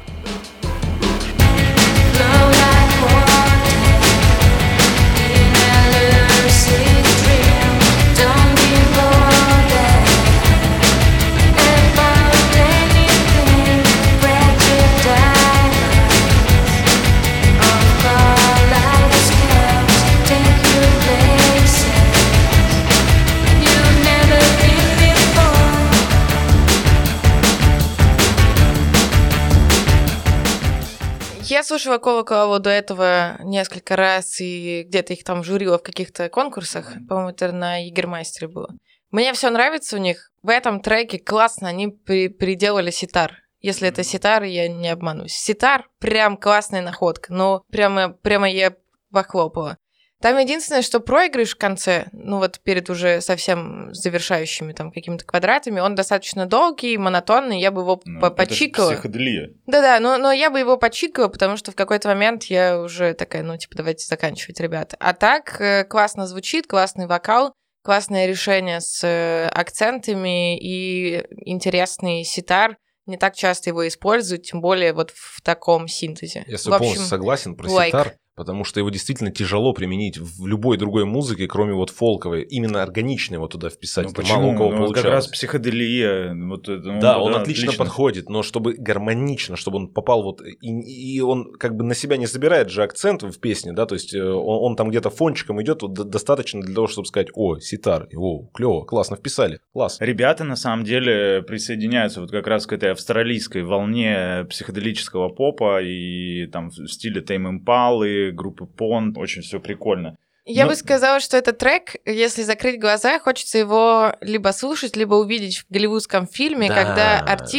C: Я слушала Колоколову до этого несколько раз и где-то их там журила в каких-то конкурсах. По-моему, это на Егермайстере было. Мне все нравится у них. В этом треке классно они переделали ситар. Если это ситар, я не обманусь. Ситар прям классная находка. Ну, прямо я похлопала. Там единственное, что проигрыш в конце, ну вот перед уже совсем завершающими там какими-то квадратами, он достаточно долгий, монотонный, я бы его почикала.
A: Это психоделия.
C: Да-да, но я бы его почикала, потому что в какой-то момент я уже такая, ну типа давайте заканчивать, ребята. А так классно звучит, классный вокал, классное решение с акцентами и интересный ситар. Не так часто его используют, тем более вот в таком синтезе.
B: Я полностью согласен про ситар. Потому что его действительно тяжело применить в любой другой музыке, кроме вот фолковой. Именно органично его туда вписать.
A: Ну, почему?
B: Мало у кого получалось.
A: Как раз психоделия. Вот,
B: да, он отлично подходит, но чтобы гармонично, чтобы он попал вот... И он как бы на себя не забирает же акцент в песне, да, то есть он там где-то фончиком идет, вот достаточно для того, чтобы сказать: о, ситар, о, клево, классно вписали, класс.
A: Ребята на самом деле присоединяются вот как раз к этой австралийской волне психоделического попа и там в стиле Tame Impala, группы Pond, очень все прикольно.
C: Я бы сказала, что этот трек, если закрыть глаза, хочется его либо слушать, либо увидеть в голливудском фильме, да, когда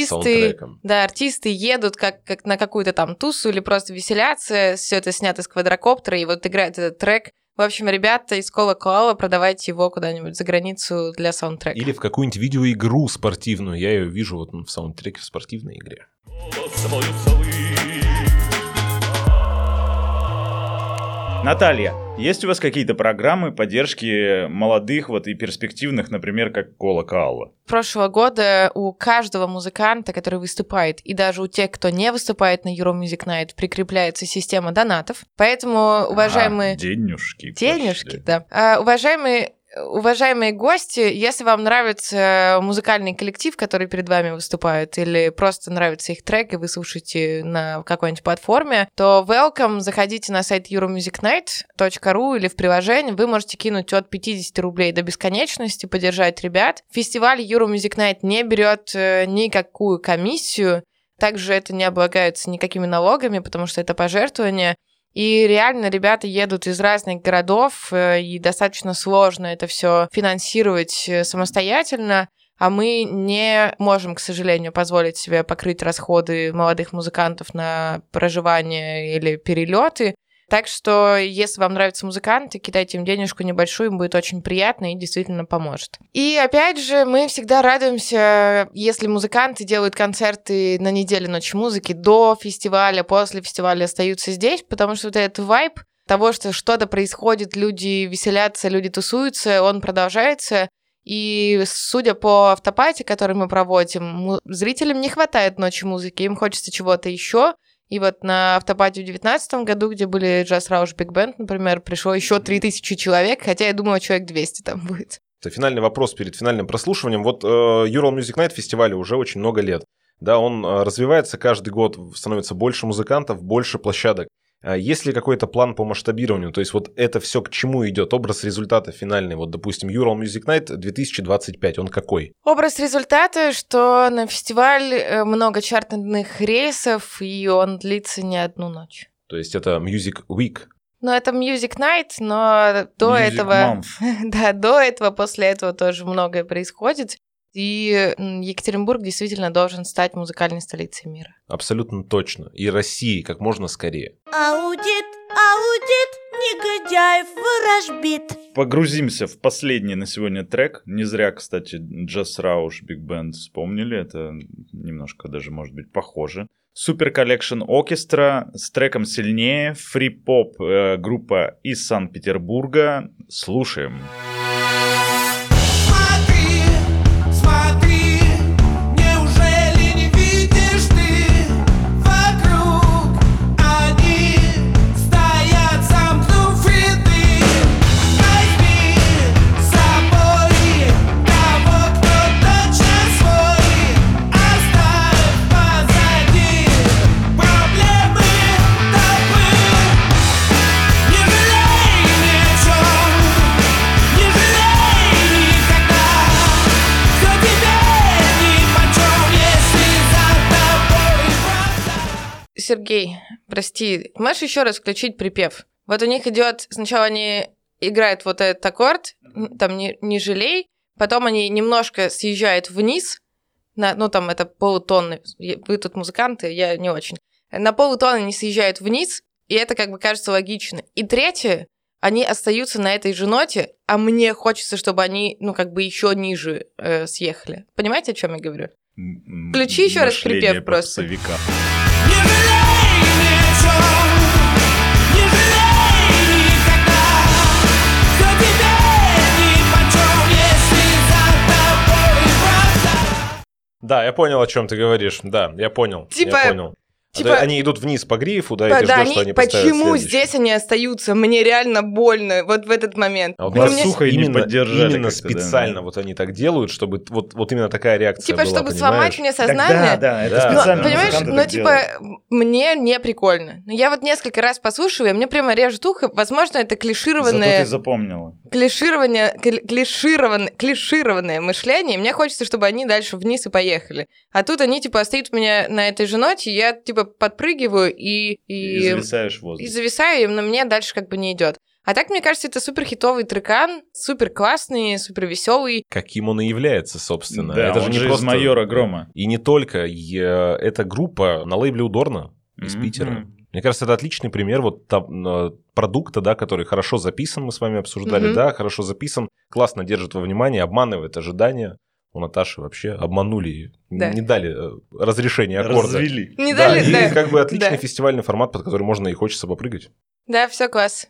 C: артисты едут как на какую-то там тусу или просто веселятся, все это снято с квадрокоптера, и вот играет этот трек. В общем, ребята из Колоколова, продавайте его куда-нибудь за границу для саундтрека.
B: Или в какую-нибудь видеоигру спортивную. Я ее вижу вот в саундтреке в спортивной игре.
A: Наталья, есть у вас какие-то программы поддержки молодых вот и перспективных, например, как Колоколова?
C: Прошлого года у каждого музыканта, который выступает, и даже у тех, кто не выступает на Euro Music Night, прикрепляется система донатов. Поэтому, уважаемые...
A: Денежки,
C: да. Уважаемые гости, если вам нравится музыкальный коллектив, который перед вами выступает, или просто нравится их трек, и вы слушаете на какой-нибудь платформе, то welcome, заходите на сайт euromusicnight.ru или в приложение, вы можете кинуть от 50 рублей до бесконечности, поддержать ребят. Фестиваль Euro Music Night не берет никакую комиссию, также это не облагается никакими налогами, потому что это пожертвование. И реально ребята едут из разных городов, и достаточно сложно это все финансировать самостоятельно, а мы не можем, к сожалению, позволить себе покрыть расходы молодых музыкантов на проживание или перелеты. Так что, если вам нравятся музыканты, кидайте им денежку небольшую, им будет очень приятно и действительно поможет. И опять же, мы всегда радуемся, если музыканты делают концерты на неделе Ночи музыки до фестиваля, после фестиваля остаются здесь, потому что вот этот вайб того, что что-то происходит, люди веселятся, люди тусуются, он продолжается. И судя по автопати, который мы проводим, зрителям не хватает Ночи музыки, им хочется чего-то еще. И вот на автопате в 2019 году, где были Just Rausch Big Band, например, пришло еще 3000 человек, хотя я думала, человек 200 там будет.
B: Это финальный вопрос перед финальным прослушиванием. Вот Ural Music Night фестивалю уже очень много лет. Да, он развивается каждый год, становится больше музыкантов, больше площадок. Есть ли какой-то план по масштабированию? То есть вот это все к чему идет? Образ результата финальный. Вот, допустим, Ural Music Night 2025, он какой?
C: Образ результата, что на фестиваль много чартных рейсов, и он длится не одну ночь.
B: То есть это Music Week?
C: Ну, это Music Night, но до этого... Да, до этого, после этого тоже многое происходит. И Екатеринбург действительно должен стать музыкальной столицей мира.
B: Абсолютно точно. И России как можно скорее.
D: Аудит, негодяев ворожбит.
A: Погрузимся в последний на сегодня трек. Не зря, кстати, Just Rausch Big Band вспомнили. Это немножко даже, может быть, похоже. Super Collection Orchestra с треком «Сильнее», фри-поп группа из Санкт-Петербурга. Слушаем.
E: Смотри, неужели не видишь ты? Вокруг они стоят, замкнув ряды. Возьми с собой того, кто точно свой. Оставь позади проблемы толпы. Не жалей ни о чем, не жалей никогда. Все тебе нипочем, если за тобой глаза.
C: Сергей, прости, можешь еще раз включить припев? Вот у них идет, сначала они играют вот этот аккорд, там не жалей, потом они немножко съезжают вниз, ну там это полутонны, вы тут музыканты, я не очень. На полутона они съезжают вниз, и это как бы кажется логично. И третье, они остаются на этой же ноте, а мне хочется, чтобы они, ну как бы еще ниже съехали. Понимаете, о чем я говорю? Включи еще раз
A: Мышление
C: припев просто.
A: попсовика.
E: Не жалей ни о чем, не жалей никогда. Все тебе нипочем, если за тобой глаза.
B: Да, я понял, о чем ты говоришь. Да, я понял.
C: Типа-
B: Я понял. А
C: типа-
B: то они идут вниз по грифу, да, и ты
C: Да,
B: ждешь, что они поставят
C: почему
B: следующий.
C: здесь они остаются? Мне реально больно вот в этот момент.
B: А вот
C: Ну,
B: нас
C: мне-
A: сухо и не поддержали
B: именно
A: как-то, да.
B: специально вот они так делают, чтобы вот именно такая реакция
C: Типа,
B: была,
C: чтобы
B: понимаешь?
C: сломать мне
A: Так
C: сознание.
A: да, это
B: Да.
C: Ну,
A: специально
C: понимаешь,
A: музыканты
C: ну,
A: так
C: типа,
A: делают.
C: мне не прикольно. Но я вот несколько раз послушала, и мне прямо режет ухо. Возможно, это
A: Зато
C: клишированное
A: ты запомнила.
C: клишированное мышление. И мне хочется, чтобы они дальше вниз и поехали. А тут они, типа, остаются у меня на этой же ноте, я, типа, подпрыгиваю и
A: зависаешь в
C: и
A: воздухе.
C: зависаю, и на мне дальше как бы не идет. А так, мне кажется, это супер хитовый трекан, супер классный, супер веселый.
B: Каким он и является, собственно.
A: Да,
B: это
A: он
B: же не
A: же из
B: просто
A: «Майора Грома».
B: И не только. Эта группа на лейбле Удорна из
A: Мгм.
B: Питера. Мне кажется, это отличный пример вот продукта, да, который хорошо записан, мы с вами обсуждали,
C: Мгм.
B: да, хорошо записан, классно держит во внимании, обманывает ожидания. У Наташи вообще обманули,
C: Да.
B: не дали разрешения аккорда.
A: Развели.
C: Не
B: Да,
C: дали,
B: и
C: да.
B: как бы отличный
C: Да.
B: фестивальный формат, под который можно и хочется попрыгать.
C: Да, все класс.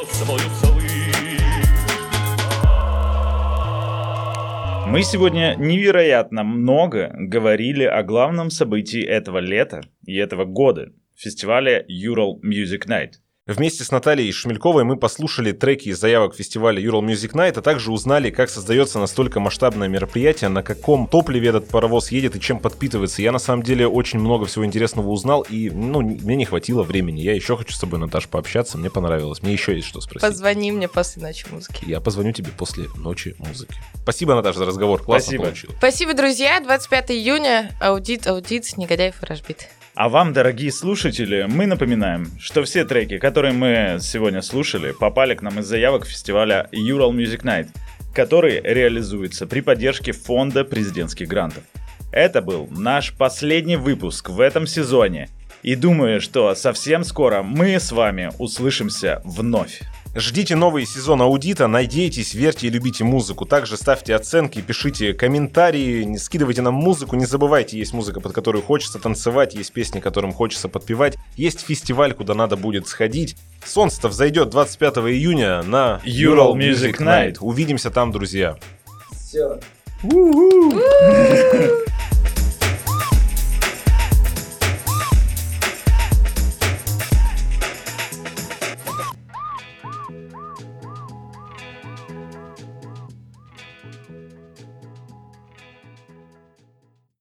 A: Мы сегодня невероятно много говорили о главном событии этого лета и этого года – фестивале Ural Music Night.
B: Вместе с Натальей Шмельковой мы послушали треки из заявок фестиваля Ural Music Night, а также узнали, как создается настолько масштабное мероприятие, на каком топливе этот паровоз едет и чем подпитывается. Я на самом деле очень много всего интересного узнал, и мне не хватило времени. Я еще хочу с тобой, Наташ, пообщаться, мне понравилось. Мне еще есть что спросить.
C: Позвони мне после ночи музыки.
B: Я позвоню тебе после ночи музыки. Спасибо, Наташа, за разговор. Классно
A: Спасибо.
B: получилось.
C: Спасибо, друзья. 25 июня. Аудит, Негодяев и Рашбит.
A: А вам, дорогие слушатели, мы напоминаем, что все треки, которые мы сегодня слушали, попали к нам из заявок фестиваля Ural Music Night, который реализуется при поддержке фонда президентских грантов. Это был наш последний выпуск в этом сезоне, и думаю, что совсем скоро мы с вами услышимся вновь.
B: Ждите новый сезон аудита, надейтесь, верьте и любите музыку. Также ставьте оценки, пишите комментарии, не скидывайте нам музыку. Не забывайте, есть музыка, под которую хочется танцевать, есть песни, которым хочется подпевать. Есть фестиваль, куда надо будет сходить. Солнце-то взойдет 25 июня на
A: Ural Music Night.
B: Увидимся там, друзья.
F: Все.
A: У-ху!